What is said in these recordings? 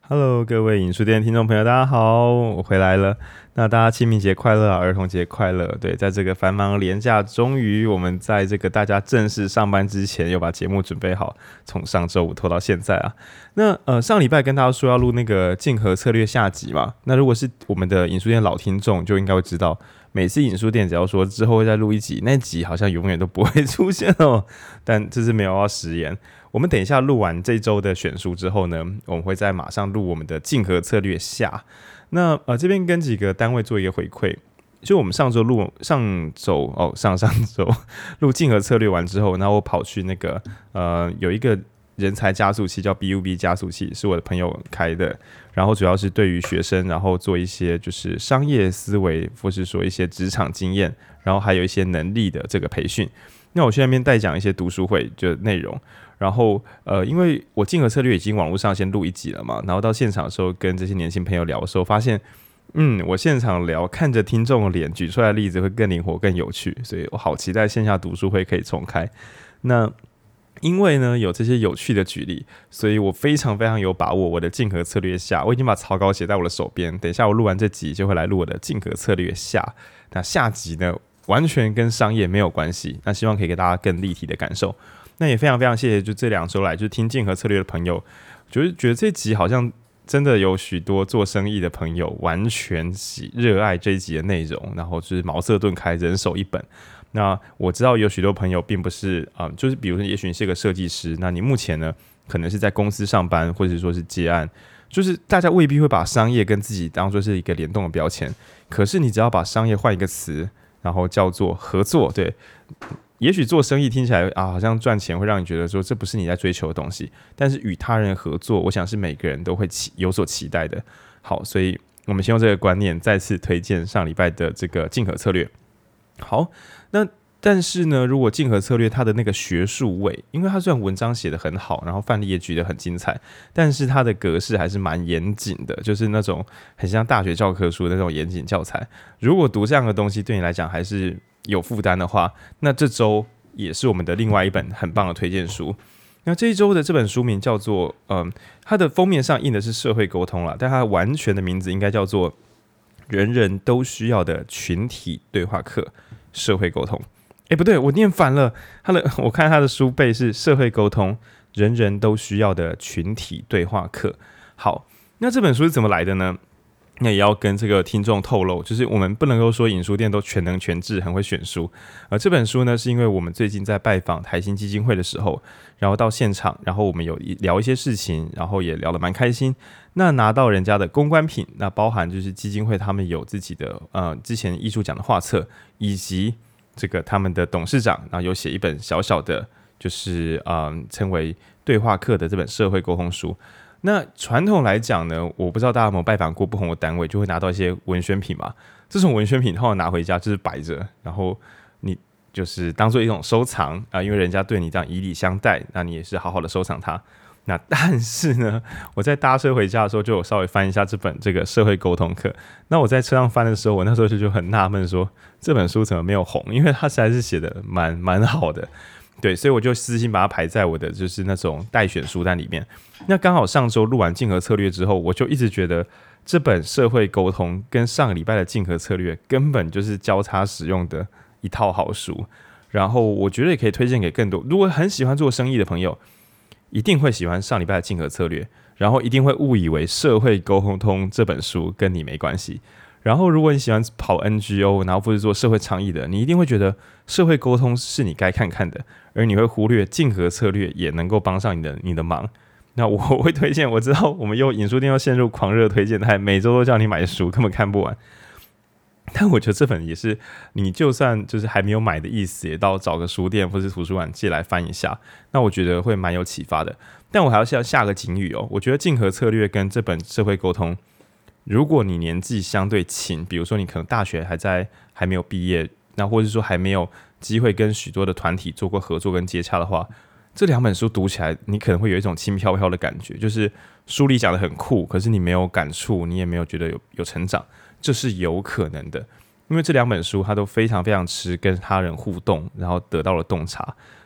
Hello，各位影书店的听众朋友，大家好，我回来了。那大家清明节快乐啊，儿童节快乐！对，在这个繁忙连假，终于我们在这个大家正式上班之前，又把节目准备好，从上周五拖到现在啊。那上礼拜跟大家说要录那个竞合策略下集嘛，那如果是我们的影书店老听众，就应该会知道，每次影书店只要说之后会再录一集，那集好像永远都不会出现哦。但这是没有要食言。我们等一下录完这周的选书之后呢，我们会再马上录我们的竞合策略下。那这边跟几个单位做一个回馈，就我们上周录上周录竞合策略完之后，然后我跑去那个有一个人才加速器叫 BUB 加速器，是我的朋友开的，然后主要是对于学生，然后做一些就是商业思维，或是说一些职场经验，然后还有一些能力的这个培训。那我去那边代讲一些读书会就内容，然后因为我竞合策略已经网络上先录一集了嘛，然后到现场的时候跟这些年轻朋友聊的时候，发现我现场聊看着听众的脸举出来的例子会更灵活更有趣，所以我好期待线下读书会可以重开。那因为呢有这些有趣的举例，所以我非常非常有把握我的竞合策略下，我已经把草稿写在我的手边，等一下我录完这集就会来录我的竞合策略下。那下集呢完全跟商业没有关系，那希望可以给大家更立体的感受。那也非常非常谢谢就这2周来就听竞合策略的朋友，就是觉得这集好像真的有许多做生意的朋友完全热爱这一集的内容，然后就是茅塞顿开，人手一本。那我知道有许多朋友并不是就是比如说也许你是个设计师，那你目前呢可能是在公司上班，或者说是接案，就是大家未必会把商业跟自己当作是一个联动的标签，可是你只要把商业换一个词，然后叫做合作，对，也许做生意听起来好像赚钱会让你觉得说这不是你在追求的东西，但是与他人合作，我想是每个人都会有所期待的。好，所以我们先用这个观念再次推荐上礼拜的这个竞合策略。好，那但是呢，如果竞合策略它的那个学术味，因为它虽然文章写得很好，然后范例也举得很精彩，但是它的格式还是蛮严谨的，就是那种很像大学教科书的那种严谨教材。如果读这样的东西对你来讲还是有负担的话，那这周也是我们的另外一本很棒的推荐书。那这一周的这本书名叫做它的封面上印的是社会沟通啦，但它完全的名字应该叫做人人都需要的群体对话课社会沟通。不对，我念反了。我看他的书背是社会沟通，人人都需要的群体对话课。好，那这本书是怎么来的呢？那也要跟这个听众透露，就是我们不能够说影书店都全能全智，很会选书。这本书呢，是因为我们最近在拜访台新基金会的时候，然后到现场，然后我们有聊一些事情，然后也聊得蛮开心。那拿到人家的公关品，那包含就是基金会他们有自己的之前艺术奖的画册，以及这个他们的董事长，然后有写一本小小的，就是称为对话课的这本社会沟通书。那传统来讲呢，我不知道大家有没有拜访过不同的单位，就会拿到一些文宣品嘛。这种文宣品通常拿回家就是摆着，然后你就是当做一种收藏因为人家对你这样以礼相待，那你也是好好的收藏它。那但是呢，我在搭车回家的时候，就有稍微翻一下这个社会沟通课。那我在车上翻的时候，我那时候就很纳闷说，这本书怎么没有红？因为它实在是写的蛮好的。对，所以我就私心把它排在我的就是那种待选书单里面。那刚好上周录完竞合策略之后，我就一直觉得这本社会沟通跟上个礼拜的竞合策略根本就是交叉使用的一套好书。然后我觉得也可以推荐给更多，如果很喜欢做生意的朋友，一定会喜欢上礼拜的竞合策略，然后一定会误以为社会沟通这本书跟你没关系。然后如果你喜欢跑 NGO， 然后或是做社会倡议的，你一定会觉得社会沟通是你该看看的，而你会忽略竞合策略也能够帮上你的忙。那我会推荐，我知道我们影书店又陷入狂热推荐，每周都叫你买书，根本看不完。但我觉得这本也是你就算就是还没有买的意思，也到找个书店或是图书馆借来翻一下，那我觉得会蛮有启发的。但我还要下个警语我觉得竞合策略跟这本社会沟通，如果你年纪相对轻，比如说你可能大学还没有毕业，那或者说还没有机会跟许多的团体做过合作跟接洽的话，这2本书读起来你可能会有一种轻飘飘的感觉，就是书里讲的很酷，可是你没有感触，你也没有觉得有成长，这是有可能的。因为这2本书它都非常非常吃跟他人互动，然后得到了洞察。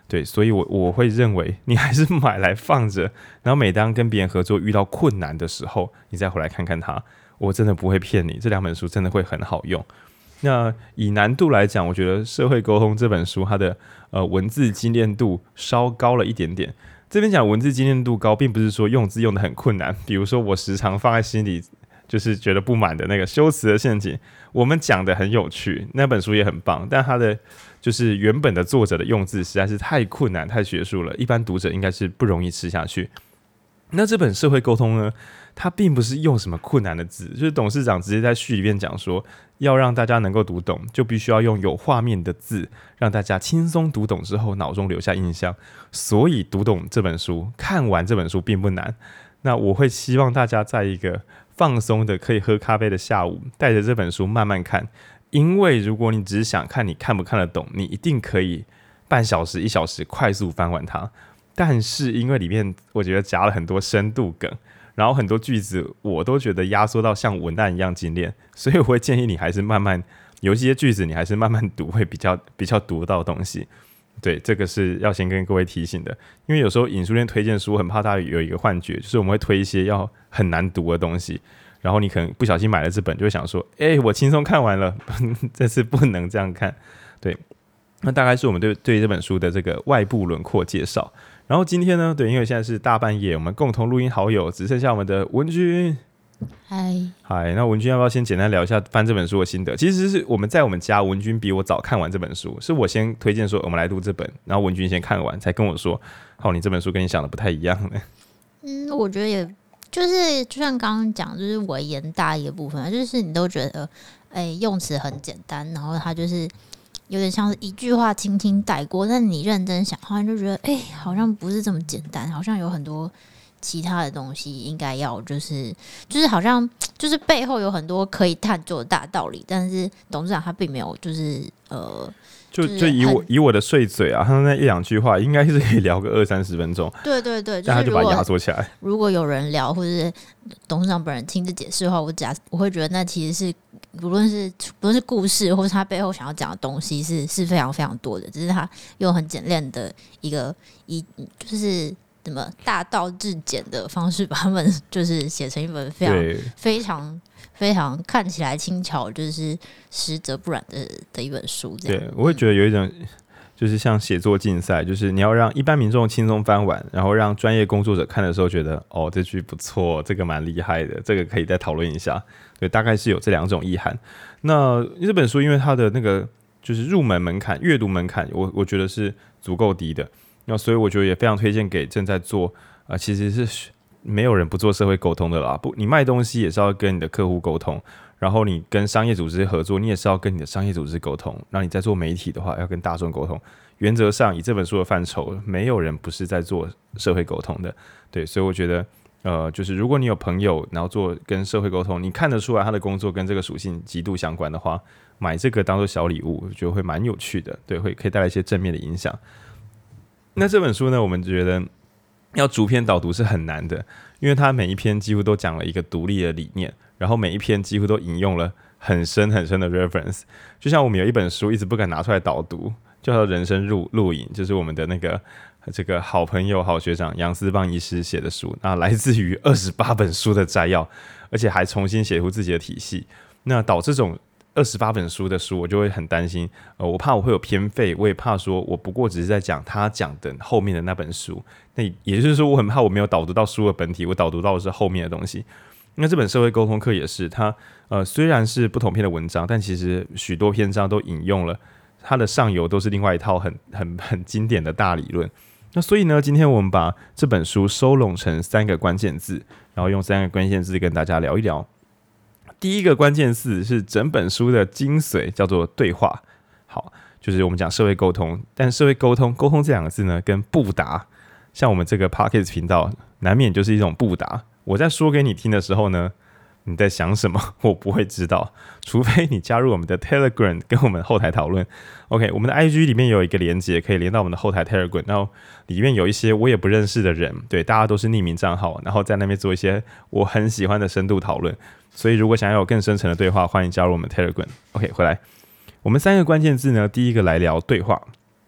对，所以我会认为你还是买来放着，然后每当跟别人合作遇到困难的时候，你再回来看看它。我真的不会骗你，这2本书真的会很好用。那以难度来讲，我觉得社会沟通这本书它的文字精炼度稍高了一点点。这边讲文字精炼度高，并不是说用字用得很困难，比如说我时常放在心里就是觉得不满的那个修辞的陷阱，我们讲的很有趣，那本书也很棒，但它的就是原本的作者的用字实在是太困难太学术了，一般读者应该是不容易吃下去。那这本社会沟通呢，它并不是用什么困难的字，就是董事长直接在序里面讲说，要让大家能够读懂，就必须要用有画面的字，让大家轻松读懂之后脑中留下印象。所以读懂这本书，看完这本书并不难。那我会希望大家在一个放松的可以喝咖啡的下午，带着这本书慢慢看，因为如果你只是想看你看不看得懂，你一定可以半小时1小时快速翻完它。但是因为里面我觉得加了很多深度梗，然后很多句子我都觉得压缩到像文案一样精炼，所以我会建议你还是慢慢，有一些句子你还是慢慢读会比较读到东西。对，这个是要先跟各位提醒的，因为有时候引书店推荐书，很怕大家有一个幻觉，就是我们会推一些要很难读的东西，然后你可能不小心买了这本，就会想说，我轻松看完了，这次不能这样看。对，那大概是我们对这本书的这个外部轮廓介绍。然后今天呢，对，因为现在是大半夜，我们共同录音好友只剩下我们的文君。嗨，那文君要不要先简单聊一下翻这本书的心得？其实是我们在我们家，文君比我早看完这本书，是我先推荐说我们来读这本，然后文君先看完，才跟我说，你这本书跟你想的不太一样呢。 我觉得也就是就像刚刚讲，就是微言大义的部分，就是你都觉得用词很简单，然后它就是有点像是一句话轻轻带过，但你认真想的话，你就觉得好像不是这么简单，好像有很多其他的东西应该要就是好像就是背后有很多可以探究的大道理，但是董事长他并没有就以我的碎嘴啊，他那1-2句话应该是可以聊个20-30分钟。 对对对， 但他就把它压缩起来。 如果有人聊，或者是董事长本人亲自解释的话，我会觉得那其实是不论是故事，或是他背后想要讲的东西是非常非常多的，只是他用很简练的就是怎么大道至简的方式，把他们就是写成一本非常非常看起来轻巧，就是实则不然的一本书。这样， 对，我会觉得有一种就是像写作竞赛，就是你要让一般民众轻松翻完，然后让专业工作者看的时候觉得，这句不错，这个蛮厉害的，这个可以再讨论一下。对，大概是有这2种意涵。那这本书因为它的那个就是入门门槛、阅读门槛，我觉得是足够低的。那所以我觉得也非常推荐给正在做其实是没有人不做社会沟通的啦。你卖东西也是要跟你的客户沟通，然后你跟商业组织合作，你也是要跟你的商业组织沟通。然后你在做媒体的话，要跟大众沟通。原则上，以这本书的范畴，没有人不是在做社会沟通的。对，所以我觉得就是如果你有朋友，然后做跟社会沟通，你看得出来他的工作跟这个属性极度相关的话，买这个当做小礼物，我觉得会蛮有趣的。对，可以带来一些正面的影响。那这本书呢，我们觉得要逐篇导读是很难的，因为它每一篇几乎都讲了一个独立的理念，然后每一篇几乎都引用了很深很深的 reference。就像我们有一本书一直不敢拿出来导读，叫做《人生录影》，就是我们的这个好朋友好学长杨思棒医师写的书，那来自于28本书的摘要，而且还重新写出自己的体系。那导这种28本书的书，我就会很担心，我怕我会有偏废，我也怕说我不过只是在讲他讲的后面的那本书。那也就是说，我很怕我没有导读到书的本体，我导读到的是后面的东西。那这本社会沟通课也是，它虽然是不同篇的文章，但其实许多篇章都引用了它的上游，都是另外一套很经典的大理论。那所以呢，今天我们把这本书收拢成3个关键字，然后用3个关键字跟大家聊一聊。第一个关键字是整本书的精髓，叫做对话。好，就是我们讲社会沟通，但社会沟通这2个字呢，跟布达，像我们这个 Podcast 频道，难免就是一种布达。我在说给你听的时候呢，你在想什么？我不会知道，除非你加入我们的 Telegram 跟我们后台讨论。OK， 我们的 IG 里面有一个连结，可以连到我们的后台 Telegram， 然后里面有一些我也不认识的人，对，大家都是匿名账号，然后在那边做一些我很喜欢的深度讨论。所以如果想要有更深层的对话，欢迎加入我们 Telegram。OK， 回来，我们3个关键字呢，第一个来聊对话。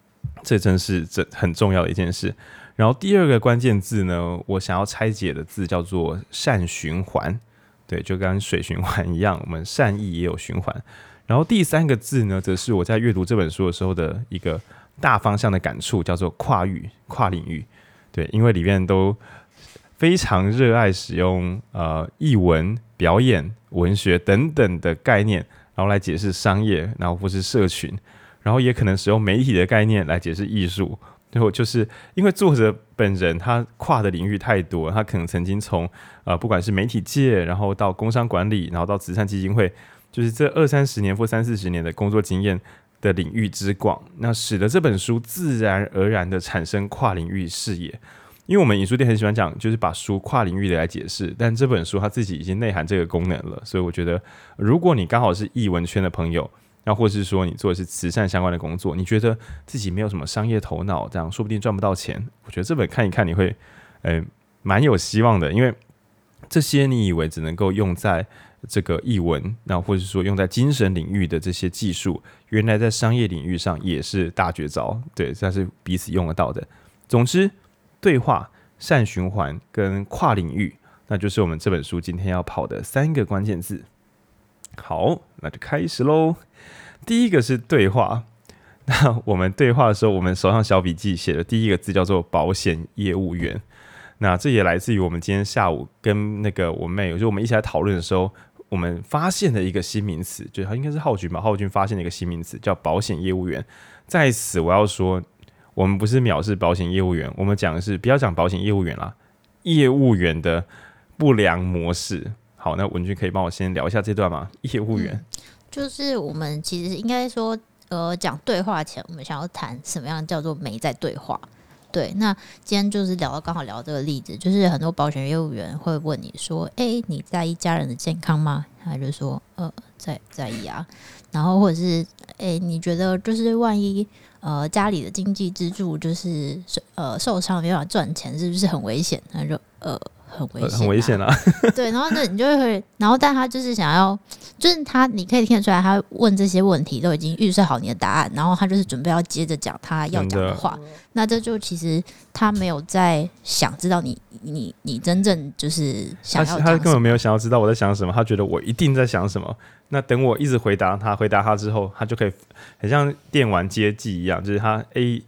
这真是很重要的一件事。然后第二个关键字呢，我想要拆解的字叫做善循环，对，就跟水循环一样，我们善意也有循环。然后第三个字呢，则是我在阅读这本书的时候的一个大方向的感触，叫做跨域、跨领域。对，因为里面都非常热爱使用艺文、表演、文学等等的概念，然后来解释商业，然后或是社群，然后也可能使用媒体的概念来解释艺术。最后就是因为作者本人他跨的领域太多，他可能曾经从不管是媒体界，然后到工商管理，然后到慈善基金会，就是这20-30年或30-40年的工作经验的领域之广，那使得这本书自然而然的产生跨领域视野。因为我们影书店很喜欢讲，就是把书跨领域的来解释，但这本书它自己已经内含这个功能了，所以我觉得，如果你刚好是艺文圈的朋友，那或是说你做的是慈善相关的工作，你觉得自己没有什么商业头脑，这样说不定赚不到钱，我觉得这本看一看你会，蛮有希望的，因为这些你以为只能够用在这个艺文，那或者说用在精神领域的这些技术，原来在商业领域上也是大绝招，对，这是彼此用得到的。总之，对话、善循环跟跨领域，那就是我们这本书今天要跑的3个关键字。好，那就开始咯。第一个是对话。那我们对话的时候，我们手上小笔记写的第一个字叫做保险业务员。那这也来自于我们今天下午跟那个我妹，就我们一起来讨论的时候，我们发现的一个新名词，就它应该是浩君吧？浩君发现的一个新名词叫保险业务员。在此我要说，我们不是藐视保险业务员，我们讲的是不要讲保险业务员啦，业务员的不良模式。好，那文君可以帮我先聊一下这段吗？业务员， 就是我们其实应该说，讲对话前，我们想要谈什么样叫做没在对话。对，那今天就是刚好聊这个例子，就是很多保险业务员会问你说：“你在意家人的健康吗？”他就说：“在意啊。”然后或者是你觉得就是万一家里的经济支柱就是受伤没办法赚钱，是不是很危险？他就很危险、啊， 很危险啊。 对，然后呢，你就会，然后但他就是想要，就是你可以听得出来，他问这些问题都已经预设好你的答案，然后他就是准备要接着讲他要讲的话。那这就其实他没有在想知道你真正就是想要讲什么， 他根本没有想要知道我在想什么，他觉得我一定在想什么。那等我一直回答他之后，他就可以很像电玩接技一样，就是他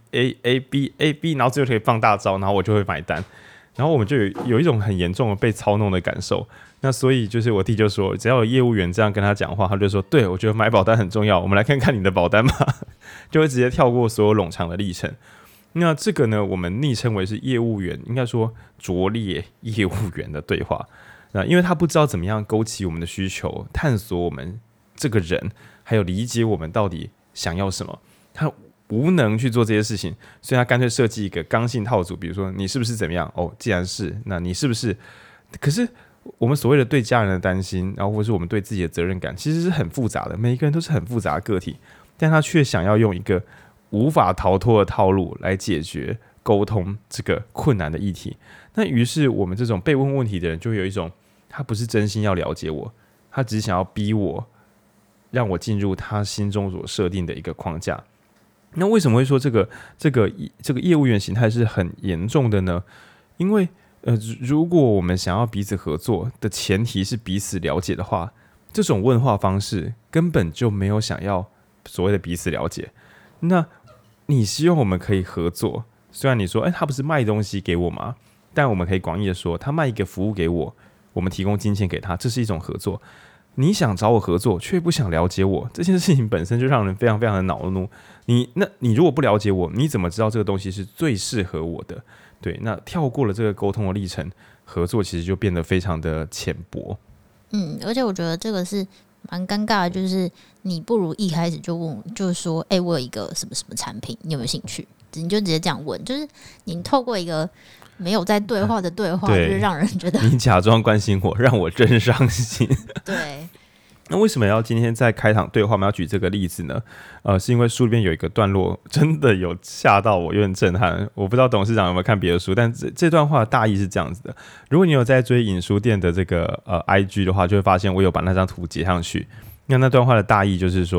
A B， 然后最后可以放大招，然后我就会买单。然后我们就有一种很严重的被操弄的感受。那所以就是我弟就说，只要有业务员这样跟他讲话，他就说：“对，我觉得买保单很重要，我们来看看你的保单吧。”就会直接跳过所有冗长的历程。那这个呢，我们昵称为是业务员，应该说拙劣业务员的对话。那因为他不知道怎么样勾起我们的需求，探索我们这个人，还有理解我们到底想要什么，他无能去做这些事情，所以他干脆设计一个刚性套组，比如说你是不是怎么样？哦，既然是，那你是不是？可是我们所谓的对家人的担心，然后或是我们对自己的责任感，其实是很复杂的，每一个人都是很复杂的个体，但他却想要用一个无法逃脱的套路来解决沟通这个困难的议题。那于是我们这种被问问题的人，就会有一种他不是真心要了解我，他只是想要逼我，让我进入他心中所设定的一个框架。那为什么会说这个业务员形态是很严重的呢？因为如果我们想要彼此合作的前提是彼此了解的话，这种问话方式根本就没有想要所谓的彼此了解。那你希望我们可以合作，虽然你说他不是卖东西给我吗？但我们可以广义的说，他卖一个服务给我，我们提供金钱给他，这是一种合作。你想找我合作，却不想了解我，这件事情本身就让人非常非常的恼怒。你如果不了解我，你怎么知道这个东西是最适合我的？对，那跳过了这个沟通的历程，合作其实就变得非常的浅薄。 而且我觉得这个是蛮尴尬的，就是你不如一开始就问，就是说，我有一个什么什么产品，你有没有兴趣？你就直接这样问，就是你透过一个没有在对话的对话，就是让人觉得你假装关心我，让我真伤心。 对。 那为什么要今天在开场对话我们要举这个例子呢？是因为书里面有一个段落真的有吓到我，有点震撼。我不知道董事长有没有看别的书，但这段话的大意是这样子的。如果你有在追影书店的这个IG 的话，就会发现我有把那张图截上去。那段话的大意就是说，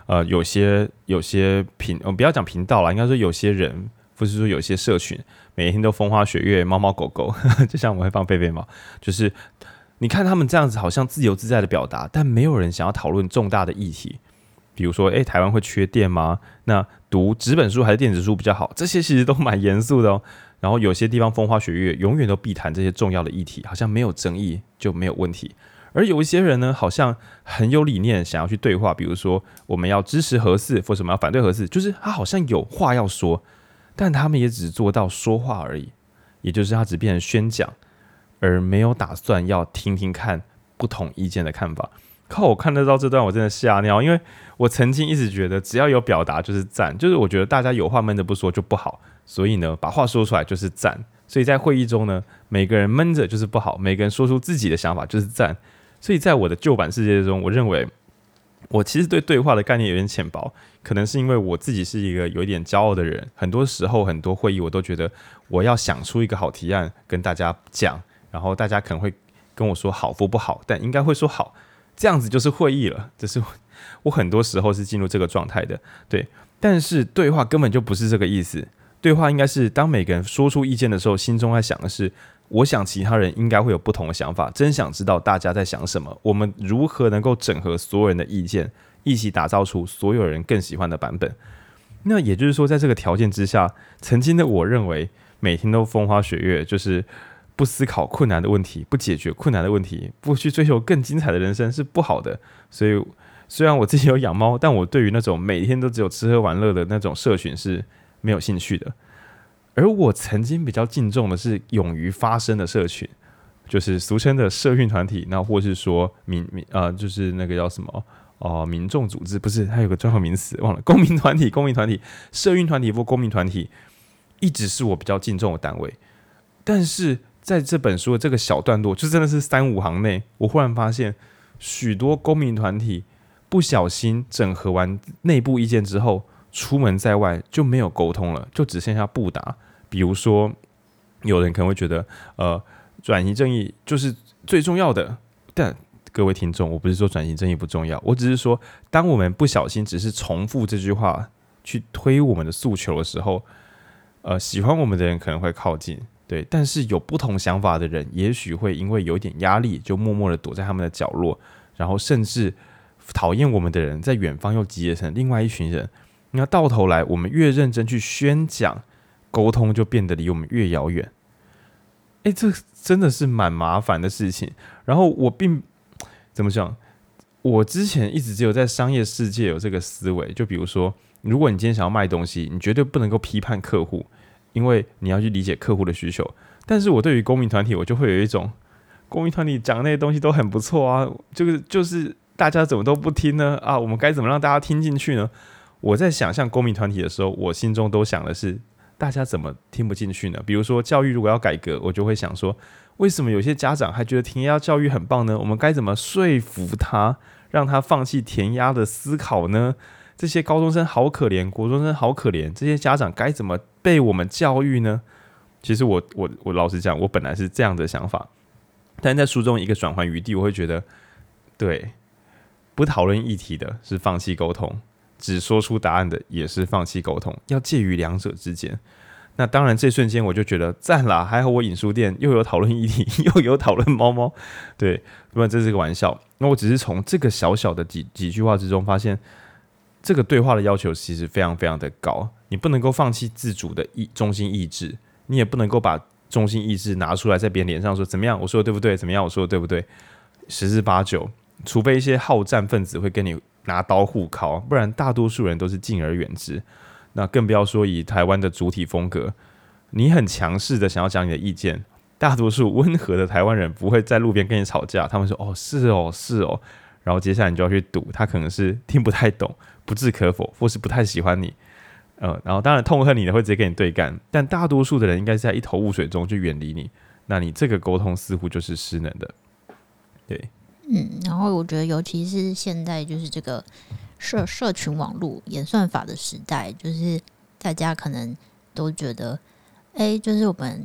有些不要讲频道啦，应该说有些人，或是说有些社群，每天都风花雪月、猫猫狗狗，就像我们会放贝贝猫，就是你看他们这样子好像自由自在的表达，但没有人想要讨论重大的议题，比如说，台湾会缺电吗？那读纸本书还是电子书比较好？这些其实都蛮严肃的哦。然后有些地方风花雪月，永远都避谈这些重要的议题，好像没有争议就没有问题。而有一些人呢，好像很有理念，想要去对话，比如说我们要支持核四，或者我们要反对核四，就是他好像有话要说，但他们也只做到说话而已，也就是他只变成宣讲，而没有打算要听听看不同意见的看法。靠，我看得到这段，我真的吓尿，因为我曾经一直觉得只要有表达就是赞，就是我觉得大家有话闷着不说就不好，所以呢，把话说出来就是赞。所以在会议中呢，每个人闷着就是不好，每个人说出自己的想法就是赞。所以在我的旧版世界中，我认为我其实对话的概念有点浅薄，可能是因为我自己是一个有一点骄傲的人，很多时候很多会议我都觉得我要想出一个好提案跟大家讲，然后大家可能会跟我说好或不好，但应该会说好，这样子就是会议了。这是我很多时候是进入这个状态的，对。但是对话根本就不是这个意思，对话应该是当每个人说出意见的时候，心中在想的是，我想其他人应该会有不同的想法，真想知道大家在想什么，我们如何能够整合所有人的意见，一起打造出所有人更喜欢的版本。那也就是说，在这个条件之下，曾经的我认为每天都风花雪月，就是不思考困难的问题，不解决困难的问题，不去追求更精彩的人生是不好的。所以虽然我自己有养猫，但我对于那种每天都只有吃喝玩乐的那种社群是没有兴趣的。而我曾经比较敬重的是勇于发声的社群，就是俗称的社运团体，那或是说就是那个叫什么民众组织，不是，它有个专有名词忘了，公民团体、社运团体或公民团体，一直是我比较敬重的单位。但是在这本书的这个小段落，就真的是3-5行内，我忽然发现许多公民团体不小心整合完内部意见之后，出门在外就没有沟通了，就只剩下布达。比如说，有人可能会觉得，转型正义就是最重要的。但各位听众，我不是说转型正义不重要，我只是说，当我们不小心只是重复这句话去推我们的诉求的时候，喜欢我们的人可能会靠近，对，但是有不同想法的人，也许会因为有一点压力，就默默的躲在他们的角落，然后甚至讨厌我们的人，在远方又集结成另外一群人。那到头来，我们越认真去宣讲，沟通就变得离我们越遥远。这真的是蛮麻烦的事情。然后我怎么讲？我之前一直只有在商业世界有这个思维，就比如说，如果你今天想要卖东西，你绝对不能够批判客户，因为你要去理解客户的需求。但是我对于公民团体，我就会有一种，公民团体讲的那些东西都很不错啊，就是大家怎么都不听呢？啊，我们该怎么让大家听进去呢？我在想象公民团体的时候，我心中都想的是，大家怎么听不进去呢？比如说教育如果要改革，我就会想说，为什么有些家长还觉得填鸭教育很棒呢？我们该怎么说服他，让他放弃填鸭的思考呢？这些高中生好可怜，国中生好可怜，这些家长该怎么被我们教育呢？其实我老实讲，我本来是这样的想法，但在书中一个转圜余地，我会觉得，对，不讨论议题的是放弃沟通，只说出答案的也是放弃沟通，要介于两者之间。那当然，这瞬间我就觉得赞啦，还好我影书店又有讨论议题，又有讨论猫猫，对，不然这是个玩笑。那我只是从这个小小的几句话之中发现，这个对话的要求其实非常非常的高，你不能够放弃自主的中心意志，你也不能够把中心意志拿出来在别人脸上说怎么样，我说的对不对？怎么样，我说的对不对？十之八九，除非一些好战分子会跟你拿刀互敲，不然大多数人都是敬而远之。那更不要说以台湾的主体风格，你很强势的想要讲你的意见，大多数温和的台湾人不会在路边跟你吵架，他们说哦是哦，然后接下来你就要去赌，他可能是听不太懂，不置可否，或是不太喜欢你，然后当然痛恨你的会直接跟你对干，但大多数的人应该是在一头雾水中就远离你，那你这个沟通似乎就是失能的，对。 然后我觉得尤其是现在就是这个社群网络演算法的时代，就是大家可能都觉得就是我们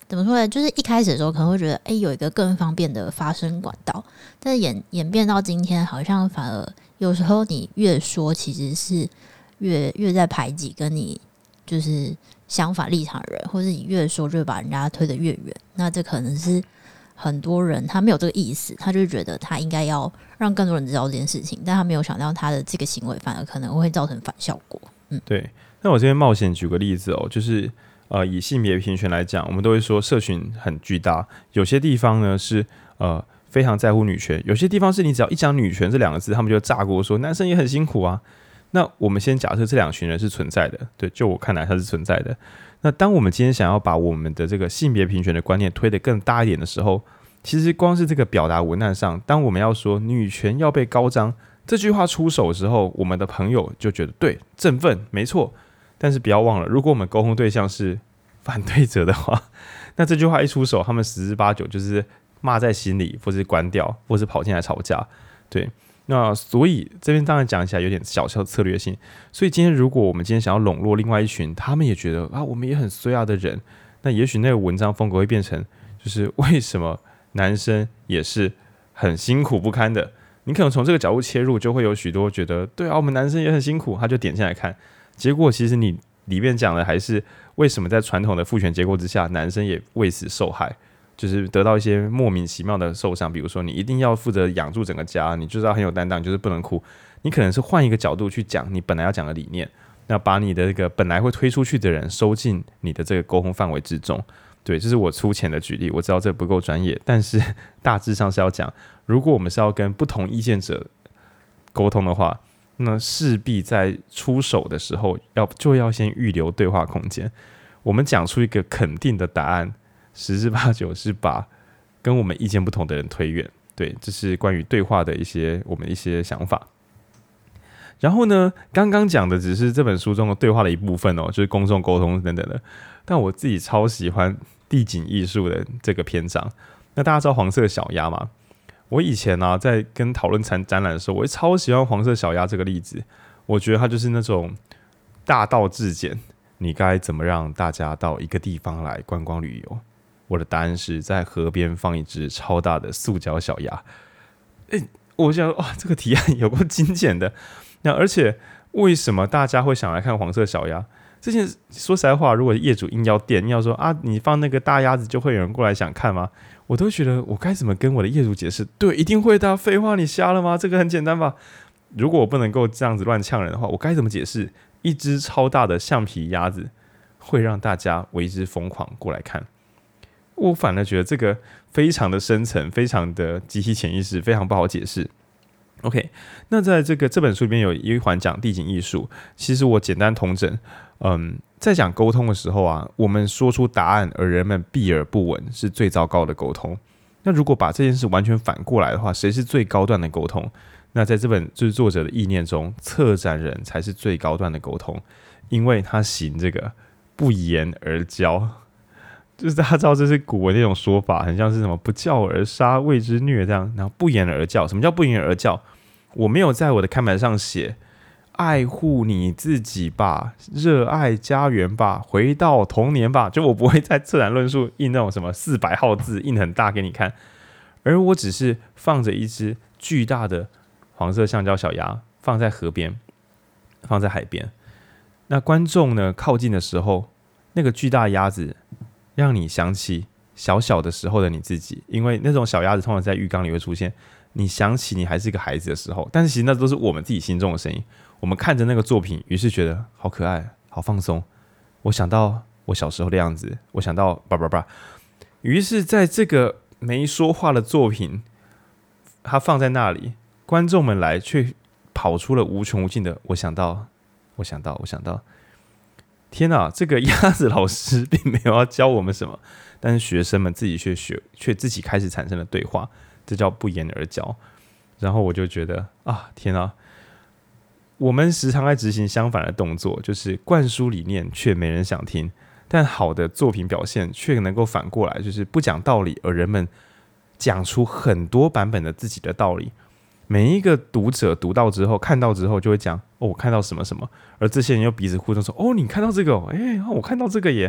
怎么说呢？就是一开始的时候可能会觉得，有一个更方便的发声管道，但是演变到今天，好像反而有时候你越说，其实是越在排挤跟你就是相反立场的人，或者你越说就会把人家推得越远。那这可能是很多人他没有这个意思，他就觉得他应该要让更多人知道这件事情，但他没有想到他的这个行为反而可能会造成反效果。 对。那我这边冒险举个例子哦，就是以性别平权来讲，我们都会说社群很巨大，有些地方呢是非常在乎女权，有些地方是你只要一讲女权这两个字，他们就炸锅说男生也很辛苦啊。那我们先假设这两群人是存在的，对，就我看来它是存在的。那当我们今天想要把我们的这个性别平权的观念推得更大一点的时候，其实光是这个表达文案上，当我们要说女权要被高涨这句话出手的时候，我们的朋友就觉得对，振奋，没错。但是不要忘了，如果我们沟通对象是反对者的话，那这句话一出手，他们十之八九就是骂在心里，或是关掉，或是跑进来吵架。对，那所以这边当然讲起来有点小策略性。所以今天如果我们今天想要笼络另外一群，他们也觉得我们也很衰啊的人，那也许那个文章风格会变成，就是为什么男生也是很辛苦不堪的。你可能从这个角度切入，就会有许多觉得对啊，我们男生也很辛苦，他就点进来看。结果其实你里面讲的还是为什么在传统的父权结构之下，男生也为此受害，就是得到一些莫名其妙的受伤。比如说你一定要负责养住整个家，你就是要很有担当，你就是不能哭。你可能是换一个角度去讲你本来要讲的理念，那把你的这个本来会推出去的人收进你的这个沟通范围之中。对，这是我粗浅的举例，我知道这不够专业，但是大致上是要讲，如果我们是要跟不同意见者沟通的话，那势必在出手的时候就要先预留对话空间。我们讲出一个肯定的答案，十之八九是把跟我们意见不同的人推远。对，这是关于对话的我们一些想法。然后呢，刚刚讲的只是这本书中的对话的一部分哦，就是公众沟通等等的。但我自己超喜欢地景艺术的这个篇章。那大家知道黄色小鸭吗？我以前在跟讨论展览的时候，我超喜欢黄色小鸭这个例子。我觉得它就是那种大道至简，你该怎么让大家到一个地方来观光旅游？我的答案是在河边放一只超大的塑胶小鸭。我想哇，这个提案有够精简的。那而且为什么大家会想来看黄色小鸭？这件说实在话，如果业主硬要说你放那个大鸭子就会有人过来想看吗？我都觉得我该怎么跟我的业主解释？对，一定会的。废话，你瞎了吗？这个很简单吧？如果我不能够这样子乱呛人的话，我该怎么解释？一只超大的橡皮鸭子会让大家为之疯狂过来看。我反而觉得这个非常的深层，非常的集体潜意识，非常不好解释。OK， 那在这本书里面有一环讲地景艺术，其实我简单统整，在讲沟通的时候我们说出答案而人们避而不闻是最糟糕的沟通。那如果把这件事完全反过来的话，谁是最高段的沟通？那在这本就是作者的意念中，策展人才是最高段的沟通，因为他行这个不言而教。就是大家知道这是古文那种说法，很像是什么不教而杀谓之虐这样，然后不言而教。什么叫不言而教？我没有在我的看板上写爱护你自己吧，热爱家园吧，回到童年吧，就我不会在策展论述印那种什么400号字印很大给你看，而我只是放着一只巨大的黄色橡胶小鸭放在河边，放在海边。那观众呢靠近的时候，那个巨大的鸭子让你想起小小的时候的你自己，因为那种小鸭子通常在浴缸里会出现，你想起你还是一个孩子的时候，但是其实那都是我们自己心中的声音。我们看着那个作品，于是觉得好可爱，好放松。我想到我小时候的样子，我想到于是在这个没说话的作品，它放在那里，观众们来却跑出了无穷无尽的我想到。天哪，这个鸭子老师并没有要教我们什么，但是学生们自己却自己开始产生了对话，这叫不言而教。然后我就觉得天哪，我们时常在执行相反的动作，就是灌输理念却没人想听，但好的作品表现却能够反过来，就是不讲道理，而人们讲出很多版本的自己的道理。每一个读者读到之后看到之后就会讲我看到什么什么，而这些人又彼此互动说你看到这个我看到这个耶。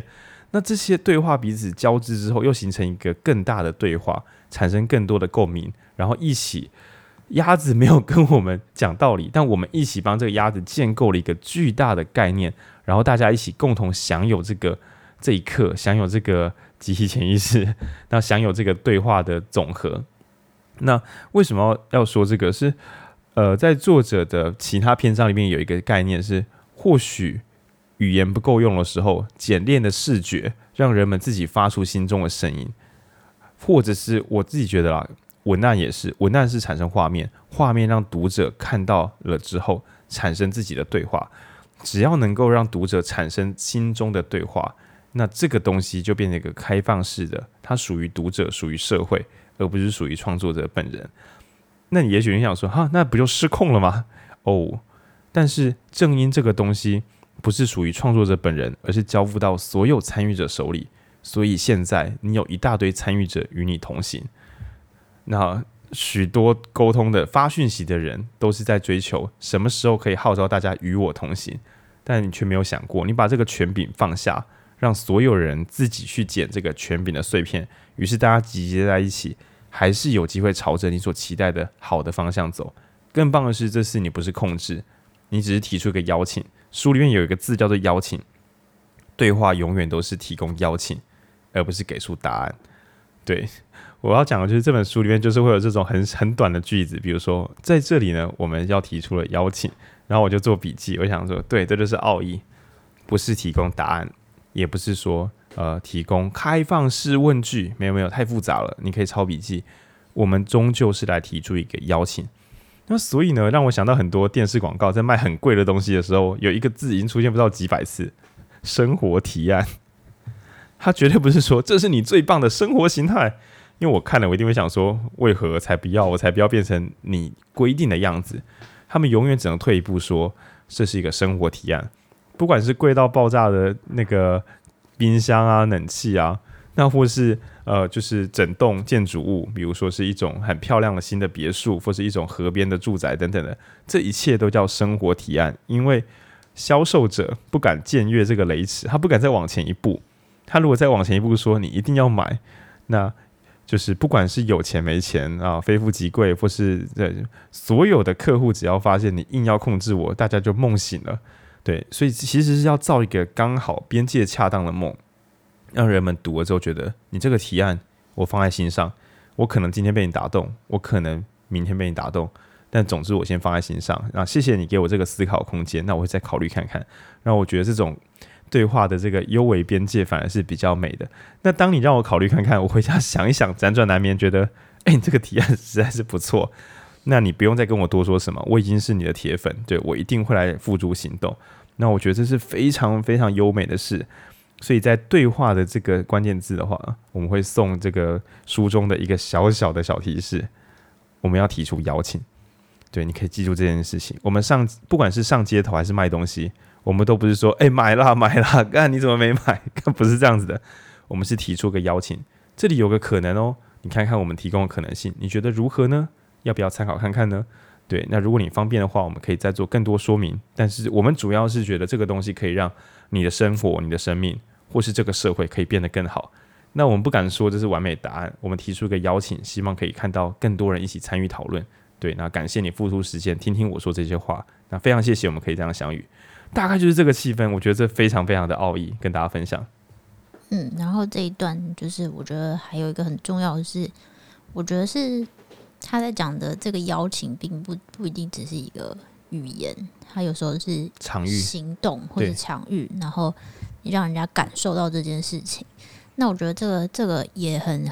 那这些对话彼此交织之后，又形成一个更大的对话，产生更多的共鸣，然后一起，鸭子没有跟我们讲道理，但我们一起帮这个鸭子建构了一个巨大的概念，然后大家一起共同享有这一刻，享有这个集体潜意识，那享有这个对话的总和。那为什么要说这个？是在作者的其他篇章里面有一个概念是，或许语言不够用的时候，简练的视觉让人们自己发出心中的声音，或者是我自己觉得啦，文案也是，文案是产生画面，画面让读者看到了之后产生自己的对话。只要能够让读者产生心中的对话，那这个东西就变成一个开放式的，它属于读者，属于社会，而不是属于创作者本人。那你也许你想说，哈，那不就失控了吗？但是正因这个东西不是属于创作者本人，而是交付到所有参与者手里，所以现在你有一大堆参与者与你同行。那许多沟通的发讯息的人都是在追求什么时候可以号召大家与我同行，但你却没有想过，你把这个权柄放下，让所有人自己去捡这个权柄的碎片，于是大家集结在一起，还是有机会朝着你所期待的好的方向走。更棒的是，这次你不是控制，你只是提出一个邀请。书里面有一个字叫做邀请，对话永远都是提供邀请，而不是给出答案。对，我要讲的就是这本书里面就是会有这种很短的句子，比如说在这里呢，我们要提出了邀请，然后我就做笔记，我想说，对，这就是奥义，不是提供答案，也不是说提供开放式问句，没有，太复杂了，你可以抄笔记。我们终究是来提出一个邀请。那所以呢，让我想到很多电视广告在卖很贵的东西的时候，有一个字已经出现不知道几百次，生活提案。他绝对不是说这是你最棒的生活形态，因为我看了我一定会想说，为何才不要？我才不要变成你规定的样子。他们永远只能退一步说，这是一个生活提案。不管是贵到爆炸的那个冰箱啊、冷气啊，那或是就是整栋建筑物，比如说是一种很漂亮的新的别墅，或是一种河边的住宅等等的，这一切都叫生活提案。因为销售者不敢僭越这个雷池，他不敢再往前一步。他如果再往前一步说你一定要买，那就是不管是有钱没钱啊，非富即贵，或是所有的客户只要发现你硬要控制我，大家就梦醒了。对，所以其实是要造一个刚好边界恰当的梦，让人们读了之后觉得你这个提案我放在心上，我可能今天被你打动，我可能明天被你打动，但总之我先放在心上。那谢谢你给我这个思考空间，那我会再考虑看看。然后我觉得这种对话的这个幽微边界反而是比较美的。那当你让我考虑看看，我回家想一想，辗转难眠，觉得你这个提案实在是不错，那你不用再跟我多说什么，我已经是你的铁粉，对，我一定会来付诸行动。那我觉得这是非常非常优美的事。所以在对话的这个关键字的话，我们会送这个书中的一个小小的小提示，我们要提出邀请。对，你可以记住这件事情。我们不管是上街头还是卖东西，我们都不是说买啦，干你怎么没买？不是这样子的，我们是提出个邀请，这里有个可能哦，你看看我们提供的可能性，你觉得如何呢？要不要参考看看呢？对，那如果你方便的话，我们可以再做更多说明。但是我们主要是觉得这个东西可以让你的生活、你的生命，或是这个社会可以变得更好。那我们不敢说这是完美答案，我们提出一个邀请，希望可以看到更多人一起参与讨论。对，那感谢你付出时间听听我说这些话，那非常谢谢我们可以这样相遇。大概就是这个气氛，我觉得这非常非常的奥义，跟大家分享。 然后这一段就是我觉得还有一个很重要的是，我觉得是他在讲的这个邀请并不一定只是一个语言，他有时候是场域、 行动或者场域，然后你让人家感受到这件事情。那我觉得这个也很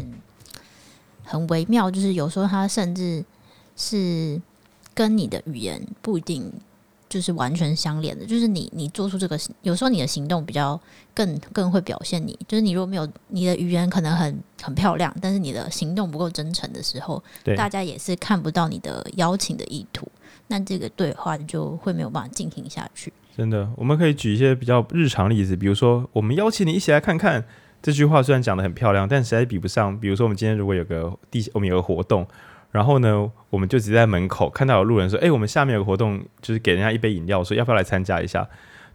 微妙，就是有时候他甚至是跟你的语言不一定就是完全相连的，就是你做出这个，有时候你的行动比较更会表现你，就是你如果没有你的语言可能很漂亮，但是你的行动不够真诚的时候，大家也是看不到你的邀请的意图，那这个对话就会没有办法进行下去。 真的，我们可以举一些比较日常例子，比如说我们邀请你一起来看看，这句话虽然讲得很漂亮，但实在比不上，比如说我们今天如果我们有个活动，然后呢，我们就直接在门口看到有路人说：“我们下面有个活动，就是给人家一杯饮料，说要不要来参加一下？”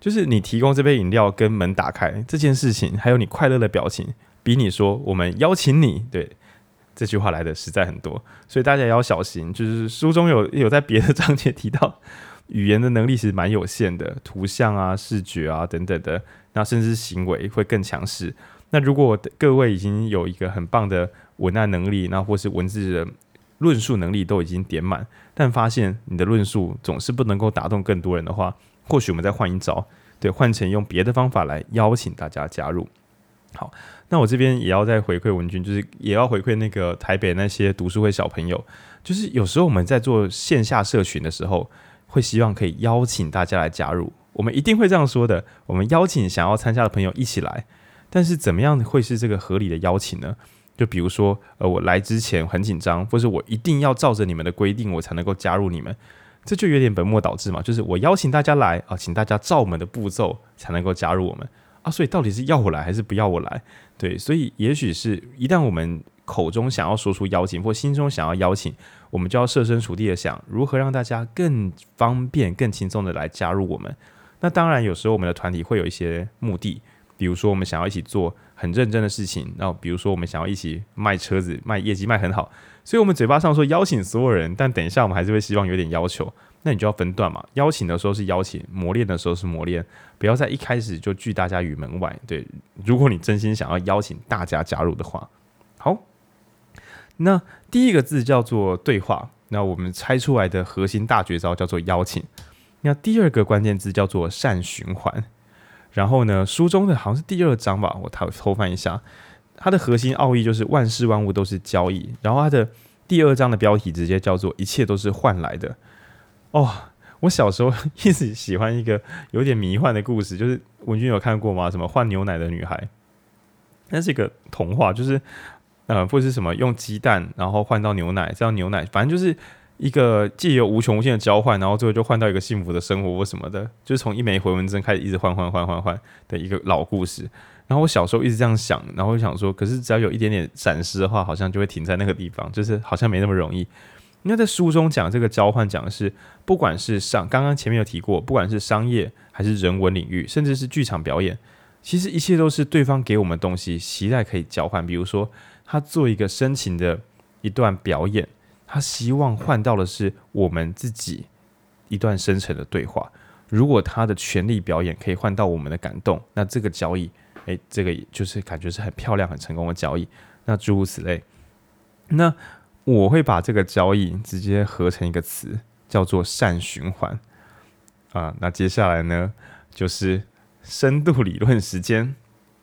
就是你提供这杯饮料跟门打开这件事情，还有你快乐的表情，比你说我们邀请你，对这句话来的实在很多，所以大家也要小心。就是书中有在别的章节提到，语言的能力其实蛮有限的，图像啊、视觉啊等等的，那甚至行为会更强势。那如果各位已经有一个很棒的文案能力，那或是文字的论述能力都已经点满，但发现你的论述总是不能够打动更多人的话，或许我们再换一招，对，换成用别的方法来邀请大家加入。好，那我这边也要再回馈文君，就是也要回馈那个台北那些读书会小朋友，就是有时候我们在做线下社群的时候，会希望可以邀请大家来加入，我们一定会这样说的，我们邀请想要参加的朋友一起来。但是怎么样会是这个合理的邀请呢？就比如说，我来之前很紧张，或是我一定要照着你们的规定，我才能够加入你们，这就有点本末倒置嘛。就是我邀请大家来啊，请大家照我们的步骤才能够加入我们啊，所以到底是要我来还是不要我来？对，所以也许是一旦我们口中想要说出邀请，或心中想要邀请，我们就要设身处地的想，如何让大家更方便、更轻松的来加入我们。那当然，有时候我们的团体会有一些目的。比如说我们想要一起做很认真的事情，然后比如说我们想要一起卖车子，卖业绩卖很好，所以我们嘴巴上说邀请所有人，但等一下我们还是会希望有点要求，那你就要分段嘛，邀请的时候是邀请，磨练的时候是磨练，不要在一开始就拒大家于门外。对，如果你真心想要邀请大家加入的话。好，那第一个字叫做对话，那我们拆出来的核心大绝招叫做邀请。那第二个关键字叫做善循环。然后呢，书中的好像是第2章吧，我偷翻一下，它的核心奥义就是万事万物都是交易。然后它的第2章的标题直接叫做一切都是换来的。哦，我小时候一直喜欢一个有点迷幻的故事，就是文君有看过吗？什么换牛奶的女孩？那是一个童话，就是或是什么用鸡蛋然后换到牛奶，这样牛奶反正就是一个借由无穷无限的交换，然后最后就换到一个幸福的生活或什么的，就是从一枚回纹针开始一直换的一个老故事。然后我小时候一直这样想，然后就想说，可是只要有一点点闪失的话，好像就会停在那个地方，就是好像没那么容易。因为在书中讲这个交换，讲的是不管是刚刚前面有提过，不管是商业还是人文领域，甚至是剧场表演，其实一切都是对方给我们东西，期待可以交换。比如说，他做一个深情的一段表演。他希望换到的是我们自己一段深层的对话。如果他的全力表演可以换到我们的感动，那这个交易，这个就是感觉是很漂亮、很成功的交易。那诸如此类，那我会把这个交易直接合成一个词，叫做善循环啊。那接下来呢，就是深度理论时间。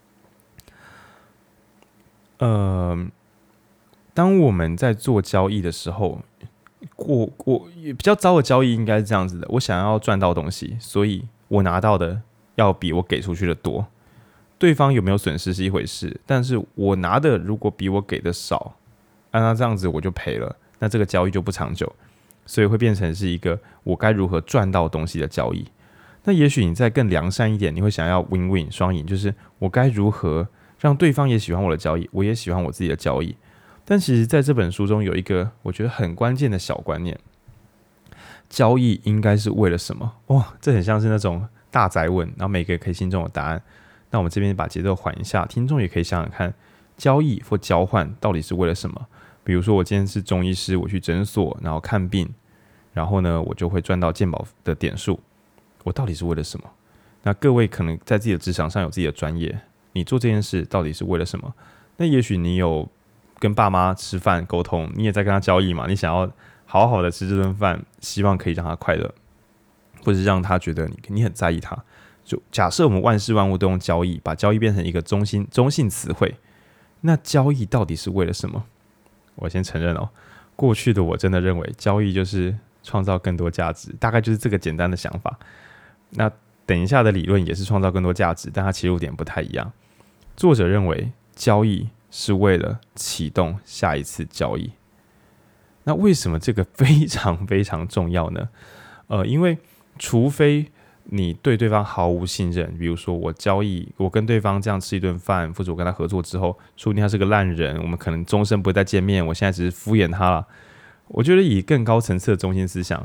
当我们在做交易的时候，比较糟的交易应该是这样子的：我想要赚到东西，所以我拿到的要比我给出去的多。对方有没有损失是一回事，但是我拿的如果比我给的少，那这样子我就赔了，那这个交易就不长久，所以会变成是一个我该如何赚到东西的交易。那也许你再更良善一点，你会想要 win-win 双赢，就是我该如何让对方也喜欢我的交易，我也喜欢我自己的交易。但其实在这本书中有一个我觉得很关键的小观念，交易应该是为了什么？哇，这很像是那种大哉问，然后每个人可以心中有答案。那我们这边把节奏缓一下，听众也可以想想看，交易或交换到底是为了什么？比如说我今天是中医师，我去诊所然后看病，然后呢我就会赚到健保的点数，我到底是为了什么？那各位可能在自己的职场上有自己的专业，你做这件事到底是为了什么？那也许你有跟爸妈吃饭沟通，你也在跟他交易嘛，你想要好好的吃这顿饭，希望可以让他快乐，或是让他觉得你很在意他。就假设我们万事万物都用交易，把交易变成一个中性词汇，那交易到底是为了什么？我先承认过去的我真的认为交易就是创造更多价值，大概就是这个简单的想法。那等一下的理论也是创造更多价值，但它切入点不太一样。作者认为交易是为了启动下一次交易。那为什么这个非常非常重要呢？因为除非你对对方毫无信任，比如说我跟对方这样吃一顿饭，或者我跟他合作之后，说不定他是个烂人，我们可能终身不会再见面，我现在只是敷衍他了。我觉得以更高层次的中心思想，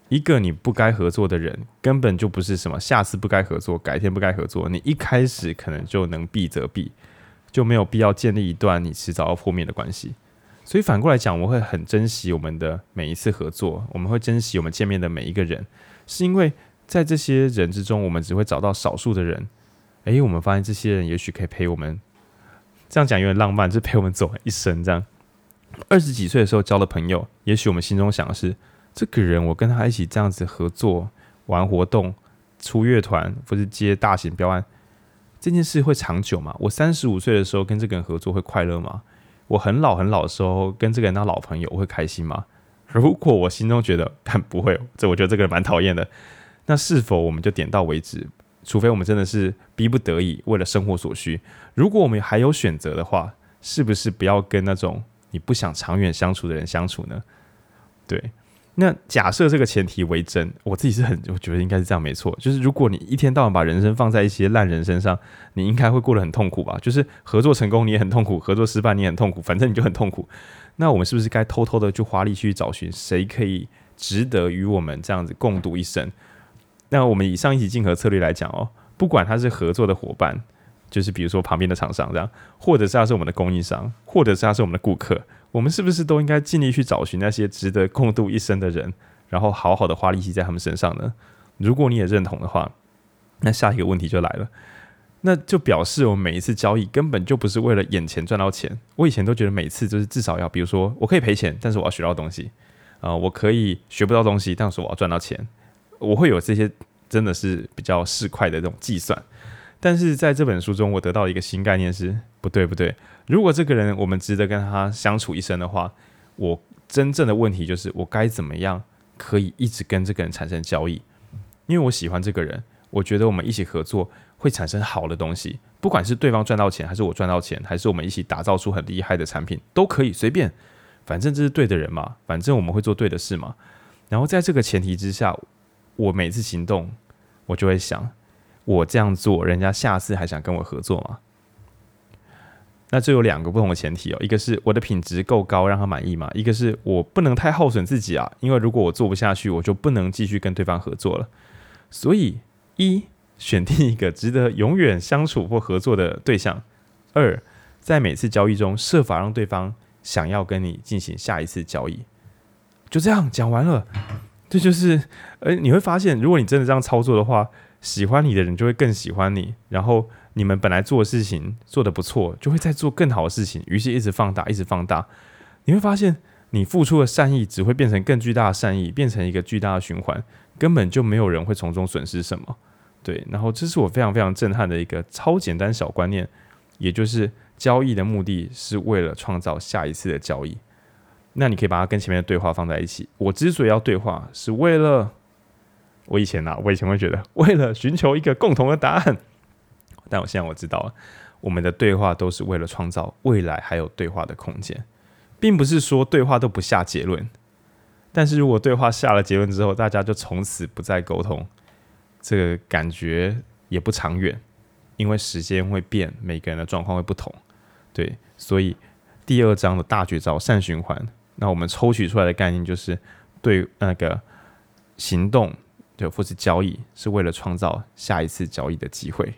一个你不该合作的人，根本就不是什么下次不该合作，改天不该合作，你一开始可能就能避则避，就没有必要建立一段你迟早要破灭的关系。所以反过来讲，我们会很珍惜我们的每一次合作，我们会珍惜我们见面的每一个人，是因为在这些人之中，我们只会找到少数的人，我们发现这些人也许可以陪我们，这样讲有点浪漫，就是陪我们走一生这样。20几岁的时候交的朋友，也许我们心中想的是，这个人我跟他一起这样子合作、玩活动、出乐团或是接大型标案，这件事会长久吗？我35岁的时候跟这个人合作会快乐吗？我很老很老的时候跟这个人当老朋友，我会开心吗？如果我心中觉得不会，我觉得这个人蛮讨厌的，那是否我们就点到为止？除非我们真的是逼不得已，为了生活所需。如果我们还有选择的话，是不是不要跟那种你不想长远相处的人相处呢？对，那假设这个前提为真，我自己我觉得应该是这样，没错。就是如果你一天到晚把人生放在一些烂人身上，你应该会过得很痛苦吧？就是合作成功你也很痛苦，合作失败你也很痛苦，反正你就很痛苦。那我们是不是该偷偷的去花力去找寻谁可以值得与我们这样子共度一生？那我们以上一起竞合策略来讲不管他是合作的伙伴，就是比如说旁边的厂商这样，或者是他是我们的供应商，或者是他是我们的顾客，我们是不是都应该尽力去找寻那些值得共度一生的人，然后好好的花力气在他们身上呢？如果你也认同的话，那下一个问题就来了，那就表示我们每一次交易根本就不是为了眼前赚到钱。我以前都觉得每次就是至少要，比如说我可以赔钱，但是我要学到东西，我可以学不到东西，但是我要赚到钱，我会有这些真的是比较市侩的这种计算。但是在这本书中，我得到一个新概念是，不对，如果这个人我们值得跟他相处一生的话，我真正的问题就是我该怎么样可以一直跟这个人产生交易？因为我喜欢这个人，我觉得我们一起合作会产生好的东西，不管是对方赚到钱，还是我赚到钱，还是我们一起打造出很厉害的产品，都可以随便，反正这是对的人嘛，反正我们会做对的事嘛。然后在这个前提之下，我每次行动，我就会想，我这样做，人家下次还想跟我合作吗？那这有2个不同的前提一个是我的品质够高，让他满意嘛；一个是我不能太耗损自己啊，因为如果我做不下去，我就不能继续跟对方合作了。所以选定一个值得永远相处或合作的对象；2，在每次交易中设法让对方想要跟你进行下一次交易。就这样讲完了，这就是你会发现，如果你真的这样操作的话，喜欢你的人就会更喜欢你，然后你们本来做的事情做得不错，就会再做更好的事情，于是一直放大，一直放大。你会发现，你付出的善意只会变成更巨大的善意，变成一个巨大的循环，根本就没有人会从中损失什么。对，然后这是我非常非常震撼的一个超简单小观念，也就是交易的目的是为了创造下一次的交易。那你可以把它跟前面的对话放在一起。我之所以要对话，是为了我以前会觉得为了寻求一个共同的答案，但我现在我知道了，我们的对话都是为了创造未来还有对话的空间，并不是说对话都不下结论。但是如果对话下了结论之后，大家就从此不再沟通，这个感觉也不长远，因为时间会变，每个人的状况会不同。对，所以第2章的大绝招善循环，那我们抽取出来的概念就是对那个行动，对，或是交易，是为了创造下一次交易的机会。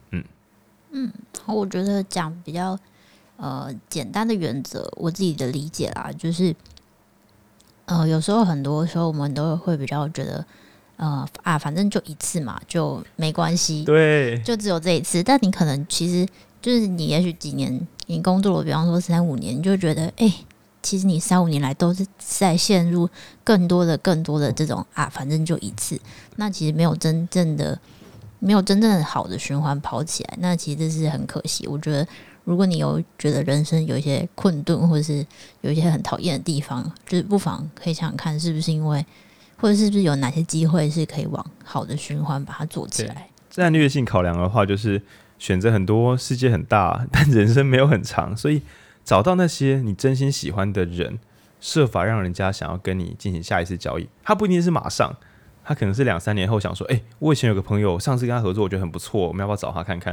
我觉得讲比较简单的原则，我自己的理解啦，就是有时候很多时候我们都会比较觉得反正就一次嘛，就没关系， 对， 就只有这一次。但你可能其实就是你也许几年你工作了，比方说3-5年，你就觉得其实你3-5年来都是在陷入更多的这种反正就一次，那其实没有真正的好的循环跑起来，那其实这是很可惜。我觉得如果你有觉得人生有一些困顿，或者是有一些很讨厌的地方，就是不妨可以想想看，是不是因为或者是不是有哪些机会是可以往好的循环把它做起来。 战略性考量的话，就是选择很多，世界很大，但人生没有很长，所以找到那些你真心喜欢的人，设法让人家想要跟你进行下一次交易。他不一定是马上，他可能是2-3年后想说，我以前有个朋友，上次跟他合作，我觉得很不错，我们要不要找他看看？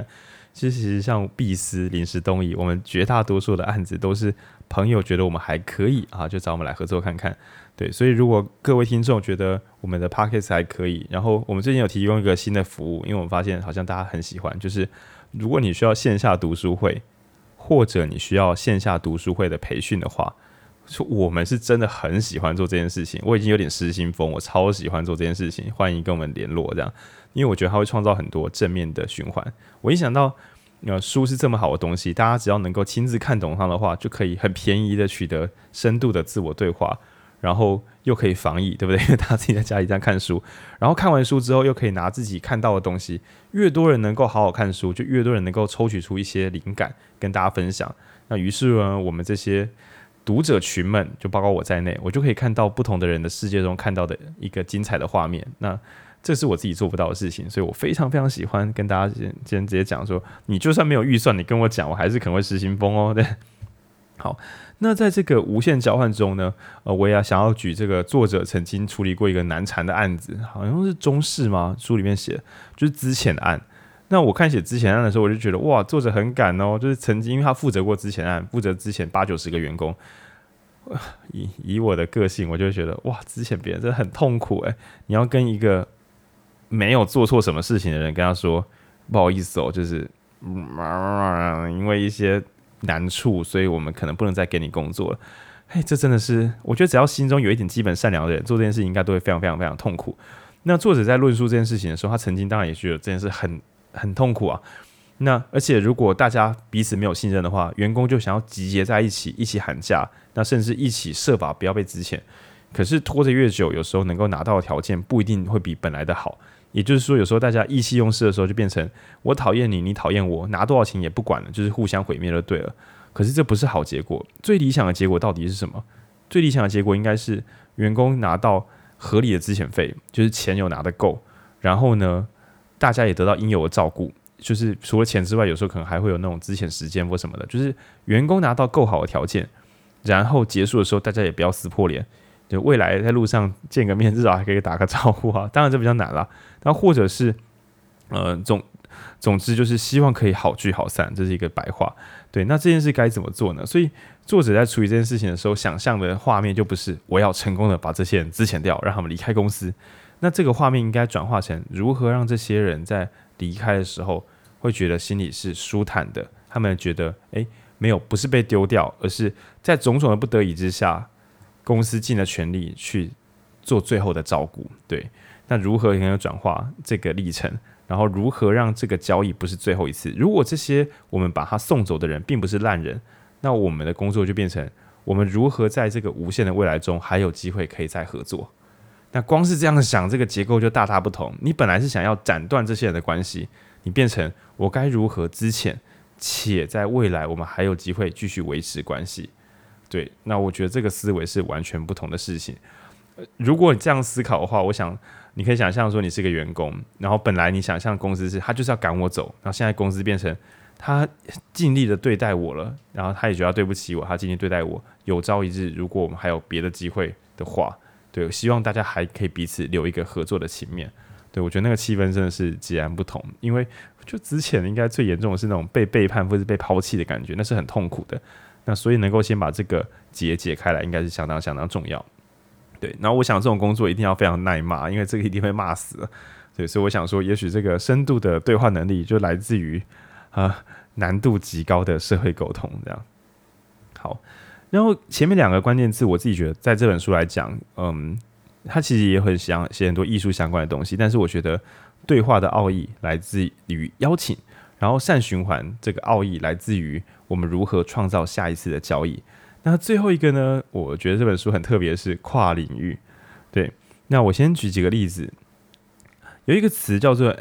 其实像碧斯、临时东移，我们绝大多数的案子都是朋友觉得我们还可以啊，就找我们来合作看看。对，所以如果各位听众觉得我们的 podcast 还可以，然后我们最近有提供一个新的服务，因为我们发现好像大家很喜欢，就是如果你需要线下读书会，或者你需要线下读书会的培训的话，我们是真的很喜欢做这件事情。我已经有点失心疯，我超喜欢做这件事情，欢迎跟我们联络这样，因为我觉得它会创造很多正面的循环。我一想到书是这么好的东西，大家只要能够亲自看懂它的话，就可以很便宜的取得深度的自我对话，然后又可以防疫，对不对？因为大家自己在家里这样看书，然后看完书之后又可以拿自己看到的东西，越多人能够好好看书，就越多人能够抽取出一些灵感跟大家分享。那于是呢，我们这些读者群们，就包括我在内，我就可以看到不同的人的世界中看到的一个精彩的画面。那这是我自己做不到的事情，所以我非常非常喜欢跟大家今天直接讲说，你就算没有预算，你跟我讲，我还是可能会失心疯哦。对，好，那在这个无限交换中呢，我也想要举这个作者曾经处理过一个难缠的案子，好像是中视吗？书里面写就是资遣案。那我看写资遣案的时候，我就觉得哇，作者很敢哦，就是曾经因为他负责过资遣案，负责资遣80-90个员工。以我的个性，我就觉得哇，资遣别人真的很痛苦哎！你要跟一个没有做错什么事情的人跟他说不好意思哦，就是因为一些难处，所以我们可能不能再给你工作了。嘿，这真的是，我觉得只要心中有一点基本善良的人，做这件事情应该都会非常非常非常痛苦。那作者在论述这件事情的时候，他曾经当然也觉得这件事很痛苦啊。那而且如果大家彼此没有信任的话，员工就想要集结在一起，一起喊价，那甚至一起设法不要被资遣。可是拖着越久，有时候能够拿到的条件不一定会比本来的好。也就是说，有时候大家意气用事的时候，就变成我讨厌你，你讨厌我，拿多少钱也不管了，就是互相毁灭就对了。可是这不是好结果。最理想的结果到底是什么？最理想的结果应该是员工拿到合理的资遣费，就是钱有拿得够，然后呢，大家也得到应有的照顾。就是除了钱之外，有时候可能还会有那种资遣时间或什么的，就是员工拿到够好的条件，然后结束的时候大家也不要撕破脸，就未来在路上见个面至少还可以打个招呼啊。当然这比较难啦，那或者是总之就是希望可以好聚好散，这是一个白话。对，那这件事该怎么做呢？所以作者在处理这件事情的时候，想象的画面就不是我要成功的把这些人资遣掉，让他们离开公司。那这个画面应该转化成如何让这些人在离开的时候会觉得心里是舒坦的，他们觉得没有，不是被丢掉，而是在种种的不得已之下，公司尽了全力去做最后的照顾。对，那如何能够转化这个历程，然后如何让这个交易不是最后一次？如果这些我们把他送走的人并不是烂人，那我们的工作就变成我们如何在这个无限的未来中还有机会可以再合作。那光是这样想，这个结构就大大不同。你本来是想要斩断这些人的关系，你变成我该如何资遣，且在未来我们还有机会继续维持关系。对，那我觉得这个思维是完全不同的事情。如果你这样思考的话，我想你可以想象说你是个员工，然后本来你想象公司是他就是要赶我走，然后现在公司变成他尽力的对待我了，然后他也觉得对不起我，他尽力对待我。有朝一日如果我们还有别的机会的话，对，希望大家还可以彼此留一个合作的情面。对，我觉得那个气氛真的是截然不同，因为就之前应该最严重的是那种被背叛或是被抛弃的感觉，那是很痛苦的。那所以能够先把这个结解开来，应该是相当相当重要。对，然后我想这种工作一定要非常耐骂，因为这个一定会骂死了。对，所以我想说，也许这个深度的对话能力就来自于难度极高的社会沟通。这样好。然后前面两个关键字，我自己觉得在这本书来讲，它其实也很想写很多艺术相关的东西，但是我觉得对话的奥义来自于邀请，然后善循环这个奥义来自于我们如何创造下一次的交易。那最后一个呢，我觉得这本书很特别，是跨领域。对，那我先举几个例子，有一个词叫做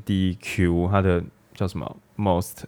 MDQ， 它的叫什么 Major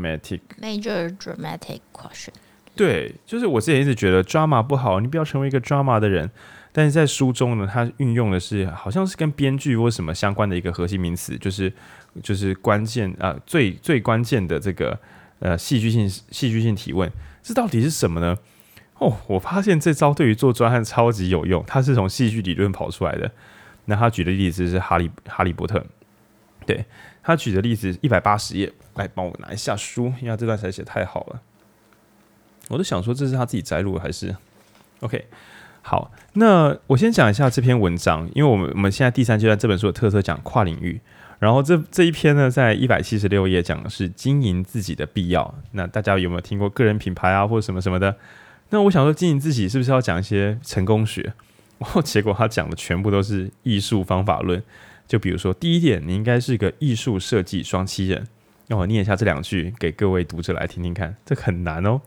Dramatic Question。对，就是我之前一直觉得 drama 不好，你不要成为一个 drama 的人。但是在书中呢，它运用的是好像是跟编剧或什么相关的一个核心名词，就是关键最关键的这个戏剧性提问，这到底是什么呢？我发现这招对于做专案超级有用，它是从戏剧理论跑出来的。那他举的例子是哈利波特。 对，他举的例子180页，来帮我拿一下书，因为他这段实在写太好了。我都想说这是他自己摘录还是 OK。好，那我先讲一下这篇文章，因为我们现在第3阶段这本书的特色讲跨领域，然后这一篇呢，在176页讲的是经营自己的必要。那大家有没有听过个人品牌啊，或者什么什么的？那我想说，经营自己是不是要讲一些成功学？结果他讲的全部都是艺术方法论。就比如说，第一点，你应该是个艺术设计双栖人。让我念一下这2句给各位读者来听听看，这很难哦。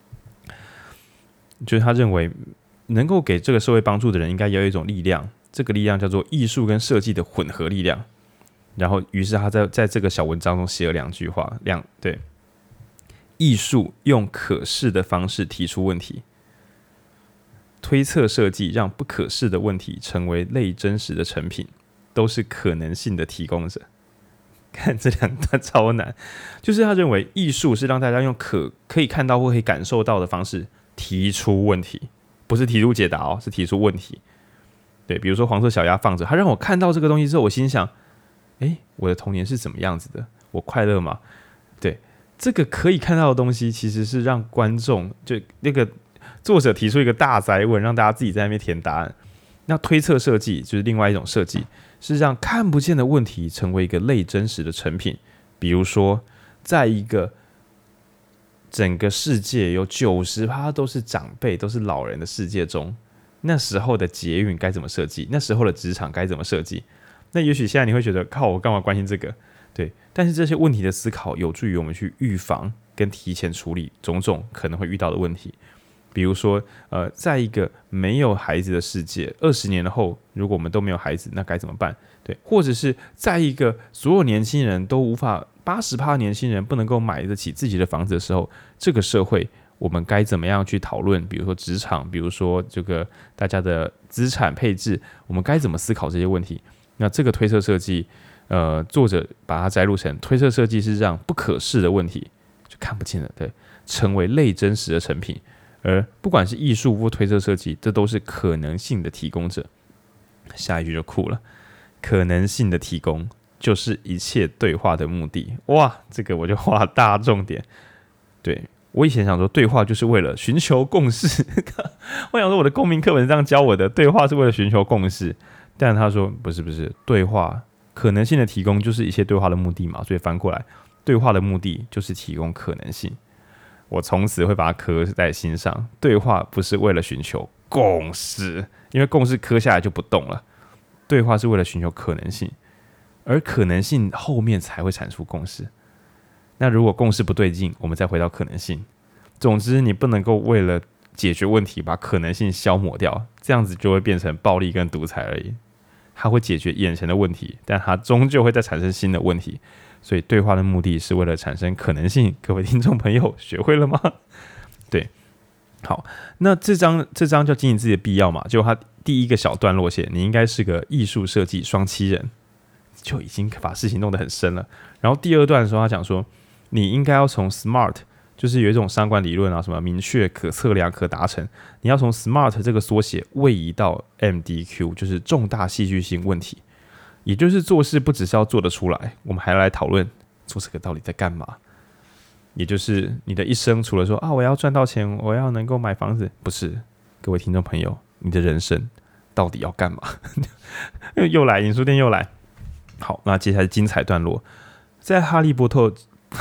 就是他认为，能够给这个社会帮助的人，应该有一种力量，这个力量叫做艺术跟设计的混合力量。然后，于是他在这个小文章中写了2句话，对，艺术用可视的方式提出问题，推测设计让不可视的问题成为类真实的成品，都是可能性的提供者。看这2段超难，就是他认为艺术是让大家用可以看到或可以感受到的方式提出问题，不是提出解答哦，是提出问题。对，比如说黄色小鸭放着，他让我看到这个东西之后，我心想，我的童年是怎么样子的？我快乐吗？对，这个可以看到的东西，其实是让观众就那个作者提出一个大哉问，让大家自己在那边填答案。那推测设计就是另外一种设计，是让看不见的问题成为一个类真实的成品。比如说，在一个整个世界有90%都是长辈、都是老人的世界中，那时候的捷运该怎么设计？那时候的职场该怎么设计？那也许现在你会觉得，靠，我干嘛关心这个？对，但是这些问题的思考有助于我们去预防跟提前处理种种可能会遇到的问题。比如说，在一个没有孩子的世界，20年后，如果我们都没有孩子，那该怎么办？对，或者是在一个所有年轻人都无法80%年轻人不能够买得起自己的房子的时候，这个社会我们该怎么样去讨论？比如说职场，比如说这个大家的资产配置，我们该怎么思考这些问题？那这个推测设计，作者把它摘录成推测设计是让不可视的问题就看不见了，对，成为类真实的成品。而不管是艺术或推测设计，这都是可能性的提供者。下一句就酷了，可能性的提供就是一切对话的目的。哇，这个我就画大重点。对，我以前想说，对话就是为了寻求共识。我想说，我的公民课本这样教我的，对话是为了寻求共识。但他说不是，对话可能性的提供就是一切对话的目的嘛，所以翻过来，对话的目的就是提供可能性。我从此会把它刻在心上，对话不是为了寻求共识，因为共识刻下来就不动了。对话是为了寻求可能性，而可能性后面才会产出共识。那如果共识不对劲，我们再回到可能性。总之，你不能够为了解决问题把可能性消磨掉，这样子就会变成暴力跟独裁而已。它会解决眼前的问题，但它终究会再产生新的问题。所以对话的目的是为了产生可能性，各位听众朋友学会了吗？对，好，那这章叫经营自己的必要嘛，就他第一个小段落写你应该是个艺术设计双栖人，就已经把事情弄得很深了。然后第2段的时候他讲说你应该要从 SMART， 就是有一种商管理论啊，什么明确、可测量、可达成，你要从 SMART 这个缩写位移到 MDQ， 就是重大戏剧性问题。也就是做事不只是要做得出来，我们还要来讨论做这个到底在干嘛。也就是你的一生除了说我要赚到钱，我要能够买房子，不是，各位听众朋友，你的人生到底要干嘛？又来，影书店又来。好，那接下来精彩段落，在哈利波特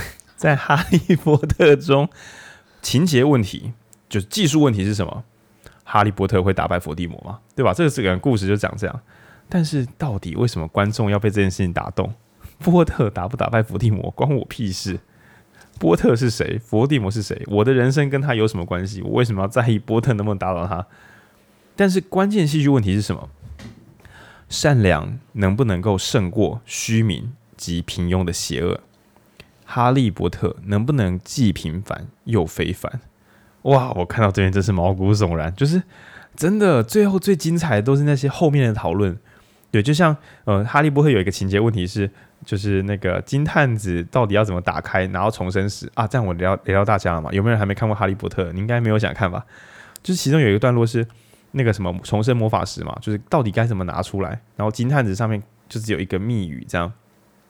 中，情节问题就是技术问题是什么？哈利波特会打败伏地魔吗？对吧？这个故事就讲这样。但是到底为什么观众要被这件事情打动？波特打不打败伏地魔关我屁事。波特是谁？伏地魔是谁？我的人生跟他有什么关系？我为什么要在意波特能不能打倒他？但是关键戏剧问题是什么？善良能不能够胜过虚名及平庸的邪恶？哈利波特能不能既平凡又非凡？哇！我看到这边真是毛骨悚然，就是真的最后最精彩的都是那些后面的讨论。对，就像哈利波特有一个情节问题是，就是那个金探子到底要怎么打开，然后重生时啊，这样我聊大家了嘛？有没有人还没看过哈利波特？你应该没有想看吧？就是其中有一个段落是那个什么重生魔法石嘛，就是到底该怎么拿出来，然后金探子上面就只有一个密语这样，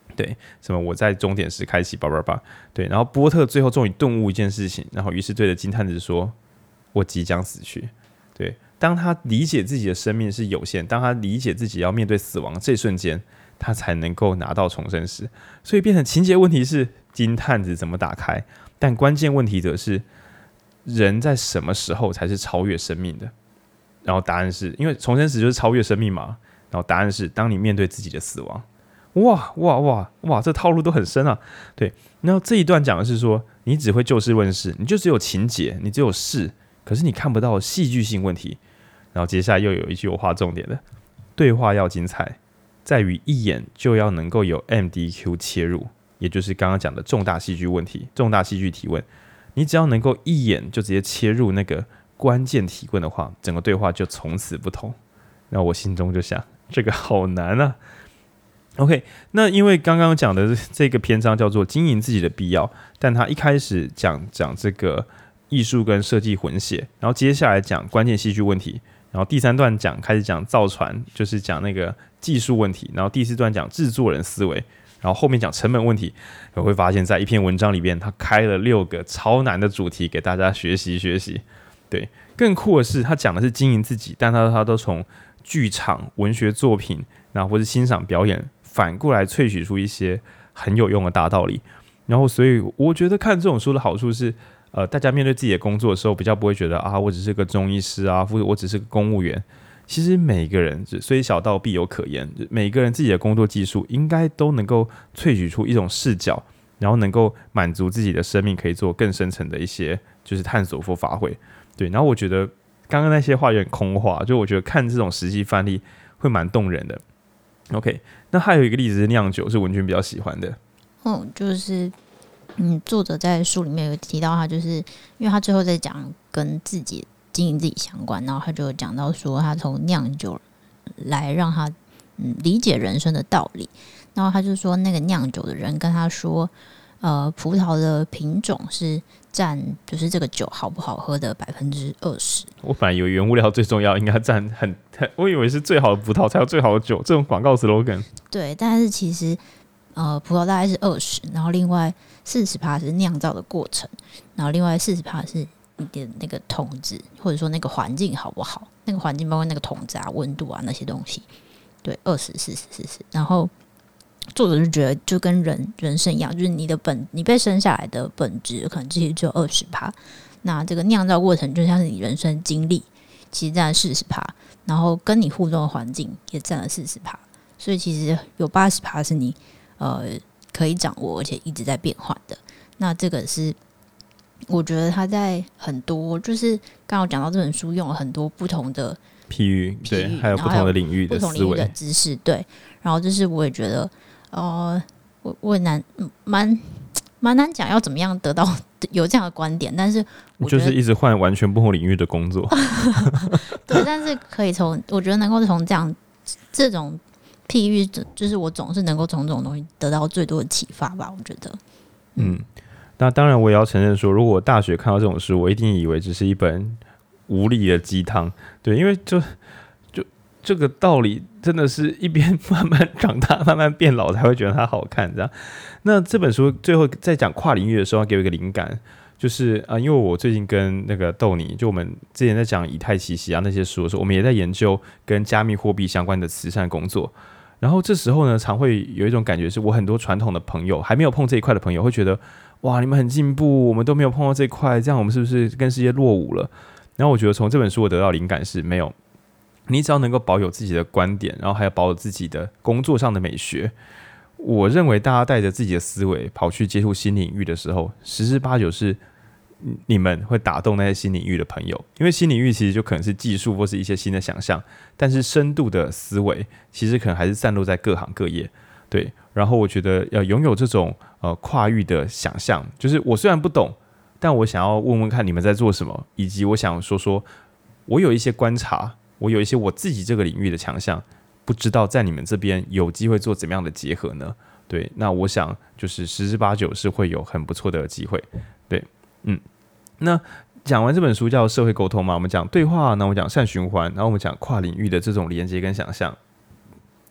对，什么我在终点时开启叭叭叭，对，然后波特最后终于顿悟一件事情，然后于是对着金探子说：“我即将死去。”对，当他理解自己的生命是有限，当他理解自己要面对死亡这瞬间，他才能够拿到重生石。所以变成情节问题是金探子怎么打开，但关键问题则是人在什么时候才是超越生命的？然后答案是因为重生石就是超越生命嘛，然后答案是当你面对自己的死亡。哇，这套路都很深啊。对，然后这一段讲的是说，你只会就事论事，你就只有情节，你只有事，可是你看不到戏剧性问题。然后接下来又有一句我划重点的，对话要精彩，在于一眼就要能够有 MDQ 切入，也就是刚刚讲的重大戏剧问题、重大戏剧提问。你只要能够一眼就直接切入那个关键提问的话，整个对话就从此不同。那我心中就想，这个好难啊。OK， 那因为刚刚讲的这个篇章叫做经营自己的必要，但他一开始讲这个艺术跟设计混血，然后接下来讲关键戏剧问题，然后第3段开始讲造船，就是讲那个技术问题，然后第4段讲制作人思维，然后后面讲成本问题。我会发现在一篇文章里面，他开了6个超难的主题给大家学习。对，更酷的是他讲的是经营自己，但他都从剧场、文学作品，然后或是欣赏表演，反过来萃取出一些很有用的大道理。然后，所以我觉得看这种书的好处是，大家面对自己的工作的时候，比较不会觉得啊，我只是个中医师啊，或者我只是个公务员。其实每个人虽小道必有可言，每个人自己的工作技术应该都能够萃取出一种视角，然后能够满足自己的生命，可以做更深层的一些就是探索或发挥。对，然后我觉得刚刚那些话有点空话，就我觉得看这种实际范例会蛮动人的。OK， 那还有一个例子是酿酒，是文君比较喜欢的。 就是作者在书里面有提到，他就是因为他最后在讲跟自己经营自己相关，然后他就讲到说，他从酿酒来让他理解人生的道理。然后他就说，那个酿酒的人跟他说，葡萄的品种是占就是这个酒好不好喝的20%。 我本来以为原物料最重要，应该占很，我以为是最好的葡萄才有最好的酒，这种广告 slogan。 对，但是其实葡萄大概是20%，然后另外40%是酿造的过程，然后另外40%是你的那个桶子，或者说那个环境好不好？那个环境包括那个桶子啊、温度啊那些东西。对，20、40、40。然后作者就觉得，就跟人生一样，就是你被生下来的本质可能其实只有20%，那这个酿造过程就像是你人生经历，其实占了40%，然后跟你互动的环境也占了40%，所以其实有80%是你可以掌握而且一直在变换的。那这个是我觉得他在很多就是刚刚讲到这本书用了很多不同的譬喻，对，还有不同的领域的思维、 不同领域的知识，对。然后就是我也觉得，我也蛮难讲要怎么样得到有这样的观点，但是我觉得就是一直换完全不同领域的工作。 对，但是可以我觉得能够从这种譬喻，就是我总是能够从这种东西得到最多的启发吧，我觉得。 那当然我也要承认说，如果我大学看到这种书，我一定以为只是一本无力的鸡汤。对，因为就这个道理真的是一边慢慢长大慢慢变老才会觉得它好看这样。那这本书最后在讲跨领域的时候，他给我一个灵感，就是因为我最近跟那个豆泥，就我们之前在讲以太奇袭啊那些书的时候，我们也在研究跟加密货币相关的慈善工作。然后这时候呢，常会有一种感觉，是我很多传统的朋友还没有碰这一块的朋友会觉得，哇，你们很进步，我们都没有碰到这一块，这样我们是不是跟世界落伍了？然后我觉得从这本书我得到灵感是，没有，你只要能够保有自己的观点，然后还有保有自己的工作上的美学，我认为大家带着自己的思维跑去接触新领域的时候，10之8九是你们会打动那些新领域的朋友。因为新领域其实就可能是技术或是一些新的想象，但是深度的思维其实可能还是散落在各行各业。对，然后我觉得要拥有这种跨域的想象，就是我虽然不懂，但我想要问问看你们在做什么，以及我想说我有一些观察，我有一些我自己这个领域的强项，不知道在你们这边有机会做怎么样的结合呢？对，那我想就是10之8九是会有很不错的机会。对，那讲完这本书叫社会沟通嘛，我们讲对话，然后我们讲善循环，然后我们讲跨领域的这种连接跟想象。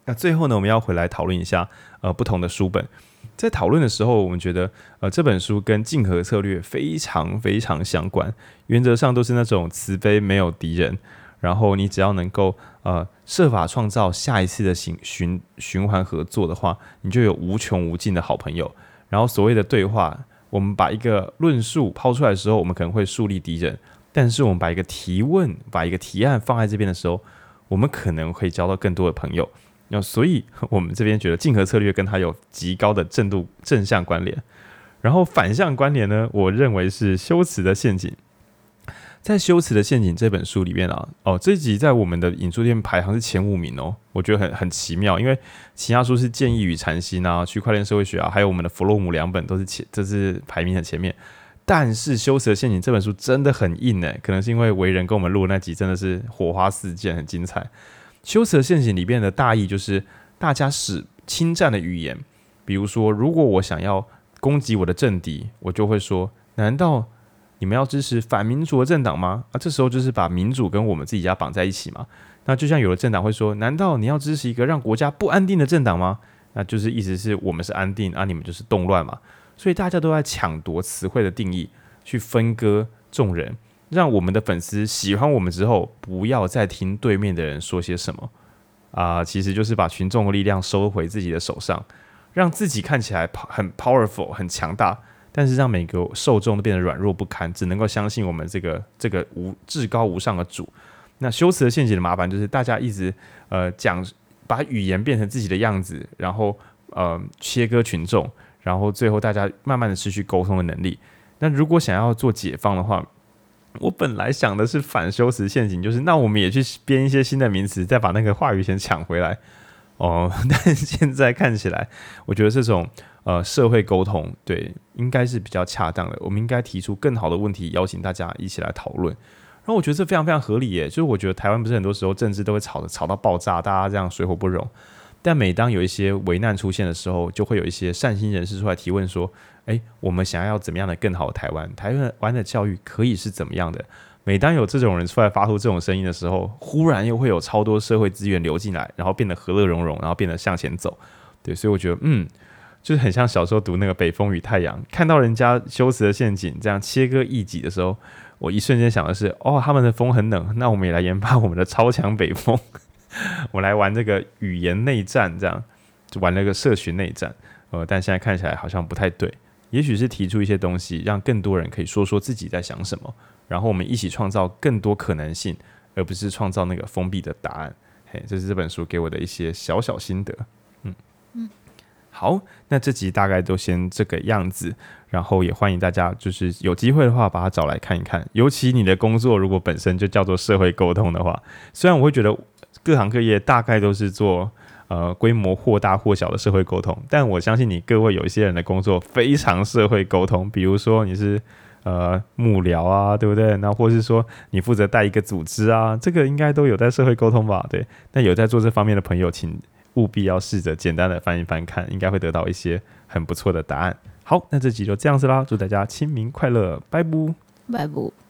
那最后呢，我们要回来讨论一下不同的书本。在讨论的时候，我们觉得这本书跟竞合策略非常非常相关，原则上都是那种慈悲没有敌人，然后你只要能够设法创造下一次的循环合作的话，你就有无穷无尽的好朋友。然后所谓的对话，我们把一个论述抛出来的时候，我们可能会树立敌人，但是我们把一个提问、把一个提案放在这边的时候，我们可能会交到更多的朋友。所以我们这边觉得竞合策略跟它有极高的正向关联。然后反向关联呢，我认为是修辞的陷阱。在《修辞的陷阱》这本书里面这一集在我们的引书店排行是前5名哦，我觉得很奇妙，因为其他书是《建议与禅心》啊、《区块链社会学》啊，还有我们的弗洛姆2本都是这是排名很前面。但是《修辞的陷阱》这本书真的很硬可能是因为为人跟我们录的那集真的是火花四溅，很精彩。修辞的陷阱里面的大意就是大家使侵占的语言，比如说如果我想要攻击我的政敌，我就会说难道你们要支持反民主的政党吗？这时候就是把民主跟我们自己家绑在一起嘛。那就像有的政党会说难道你要支持一个让国家不安定的政党吗？那就是意思是我们是安定你们就是动乱嘛。所以大家都在抢夺词汇的定义，去分割众人，让我们的粉丝喜欢我们之后，不要再听对面的人说些什么其实就是把群众的力量收回自己的手上，让自己看起来很 powerful 很强大，但是让每个受众都变得软弱不堪，只能够相信我们这个至高无上的主。那修辞的陷阱的麻烦就是大家一直把语言变成自己的样子，然后切割群众，然后最后大家慢慢的失去沟通的能力。那如果想要做解放的话，我本来想的是反修辞陷阱，就是那我们也去编一些新的名词，再把那个话语权抢回来但现在看起来，我觉得这种社会沟通对应该是比较恰当的。我们应该提出更好的问题，邀请大家一起来讨论。然后我觉得这非常非常合理耶，就是我觉得台湾不是很多时候政治都会吵到爆炸，大家这样水火不容。但每当有一些危难出现的时候，就会有一些善心人士出来提问说我们想要怎么样的更好的台湾的教育可以是怎么样的。每当有这种人出来发出这种声音的时候，忽然又会有超多社会资源流进来，然后变得和乐融融，然后变得向前走。对，所以我觉得就是很像小时候读那个《北风与太阳》，看到人家修辞的陷阱这样切割异己的时候，我一瞬间想的是他们的风很冷，那我们也来研发我们的超强北风我来玩这个语言内战，这样就玩那个社群内战但现在看起来好像不太对。也许是提出一些东西，让更多人可以说说自己在想什么，然后我们一起创造更多可能性，而不是创造那个封闭的答案。这是这本书给我的一些小小心得。好，那这集大概都先这个样子，然后也欢迎大家就是有机会的话把它找来看一看，尤其你的工作如果本身就叫做社会沟通的话，虽然我会觉得各行各业大概都是做规模或大或小的社会沟通，但我相信你各位有一些人的工作非常社会沟通，比如说你是幕僚啊，对不对？那或是说你负责带一个组织啊，这个应该都有在社会沟通吧？对，那有在做这方面的朋友，请务必要试着简单的翻一翻看，应该会得到一些很不错的答案。好，那这集就这样子啦，祝大家清明快乐，拜拜。 拜拜。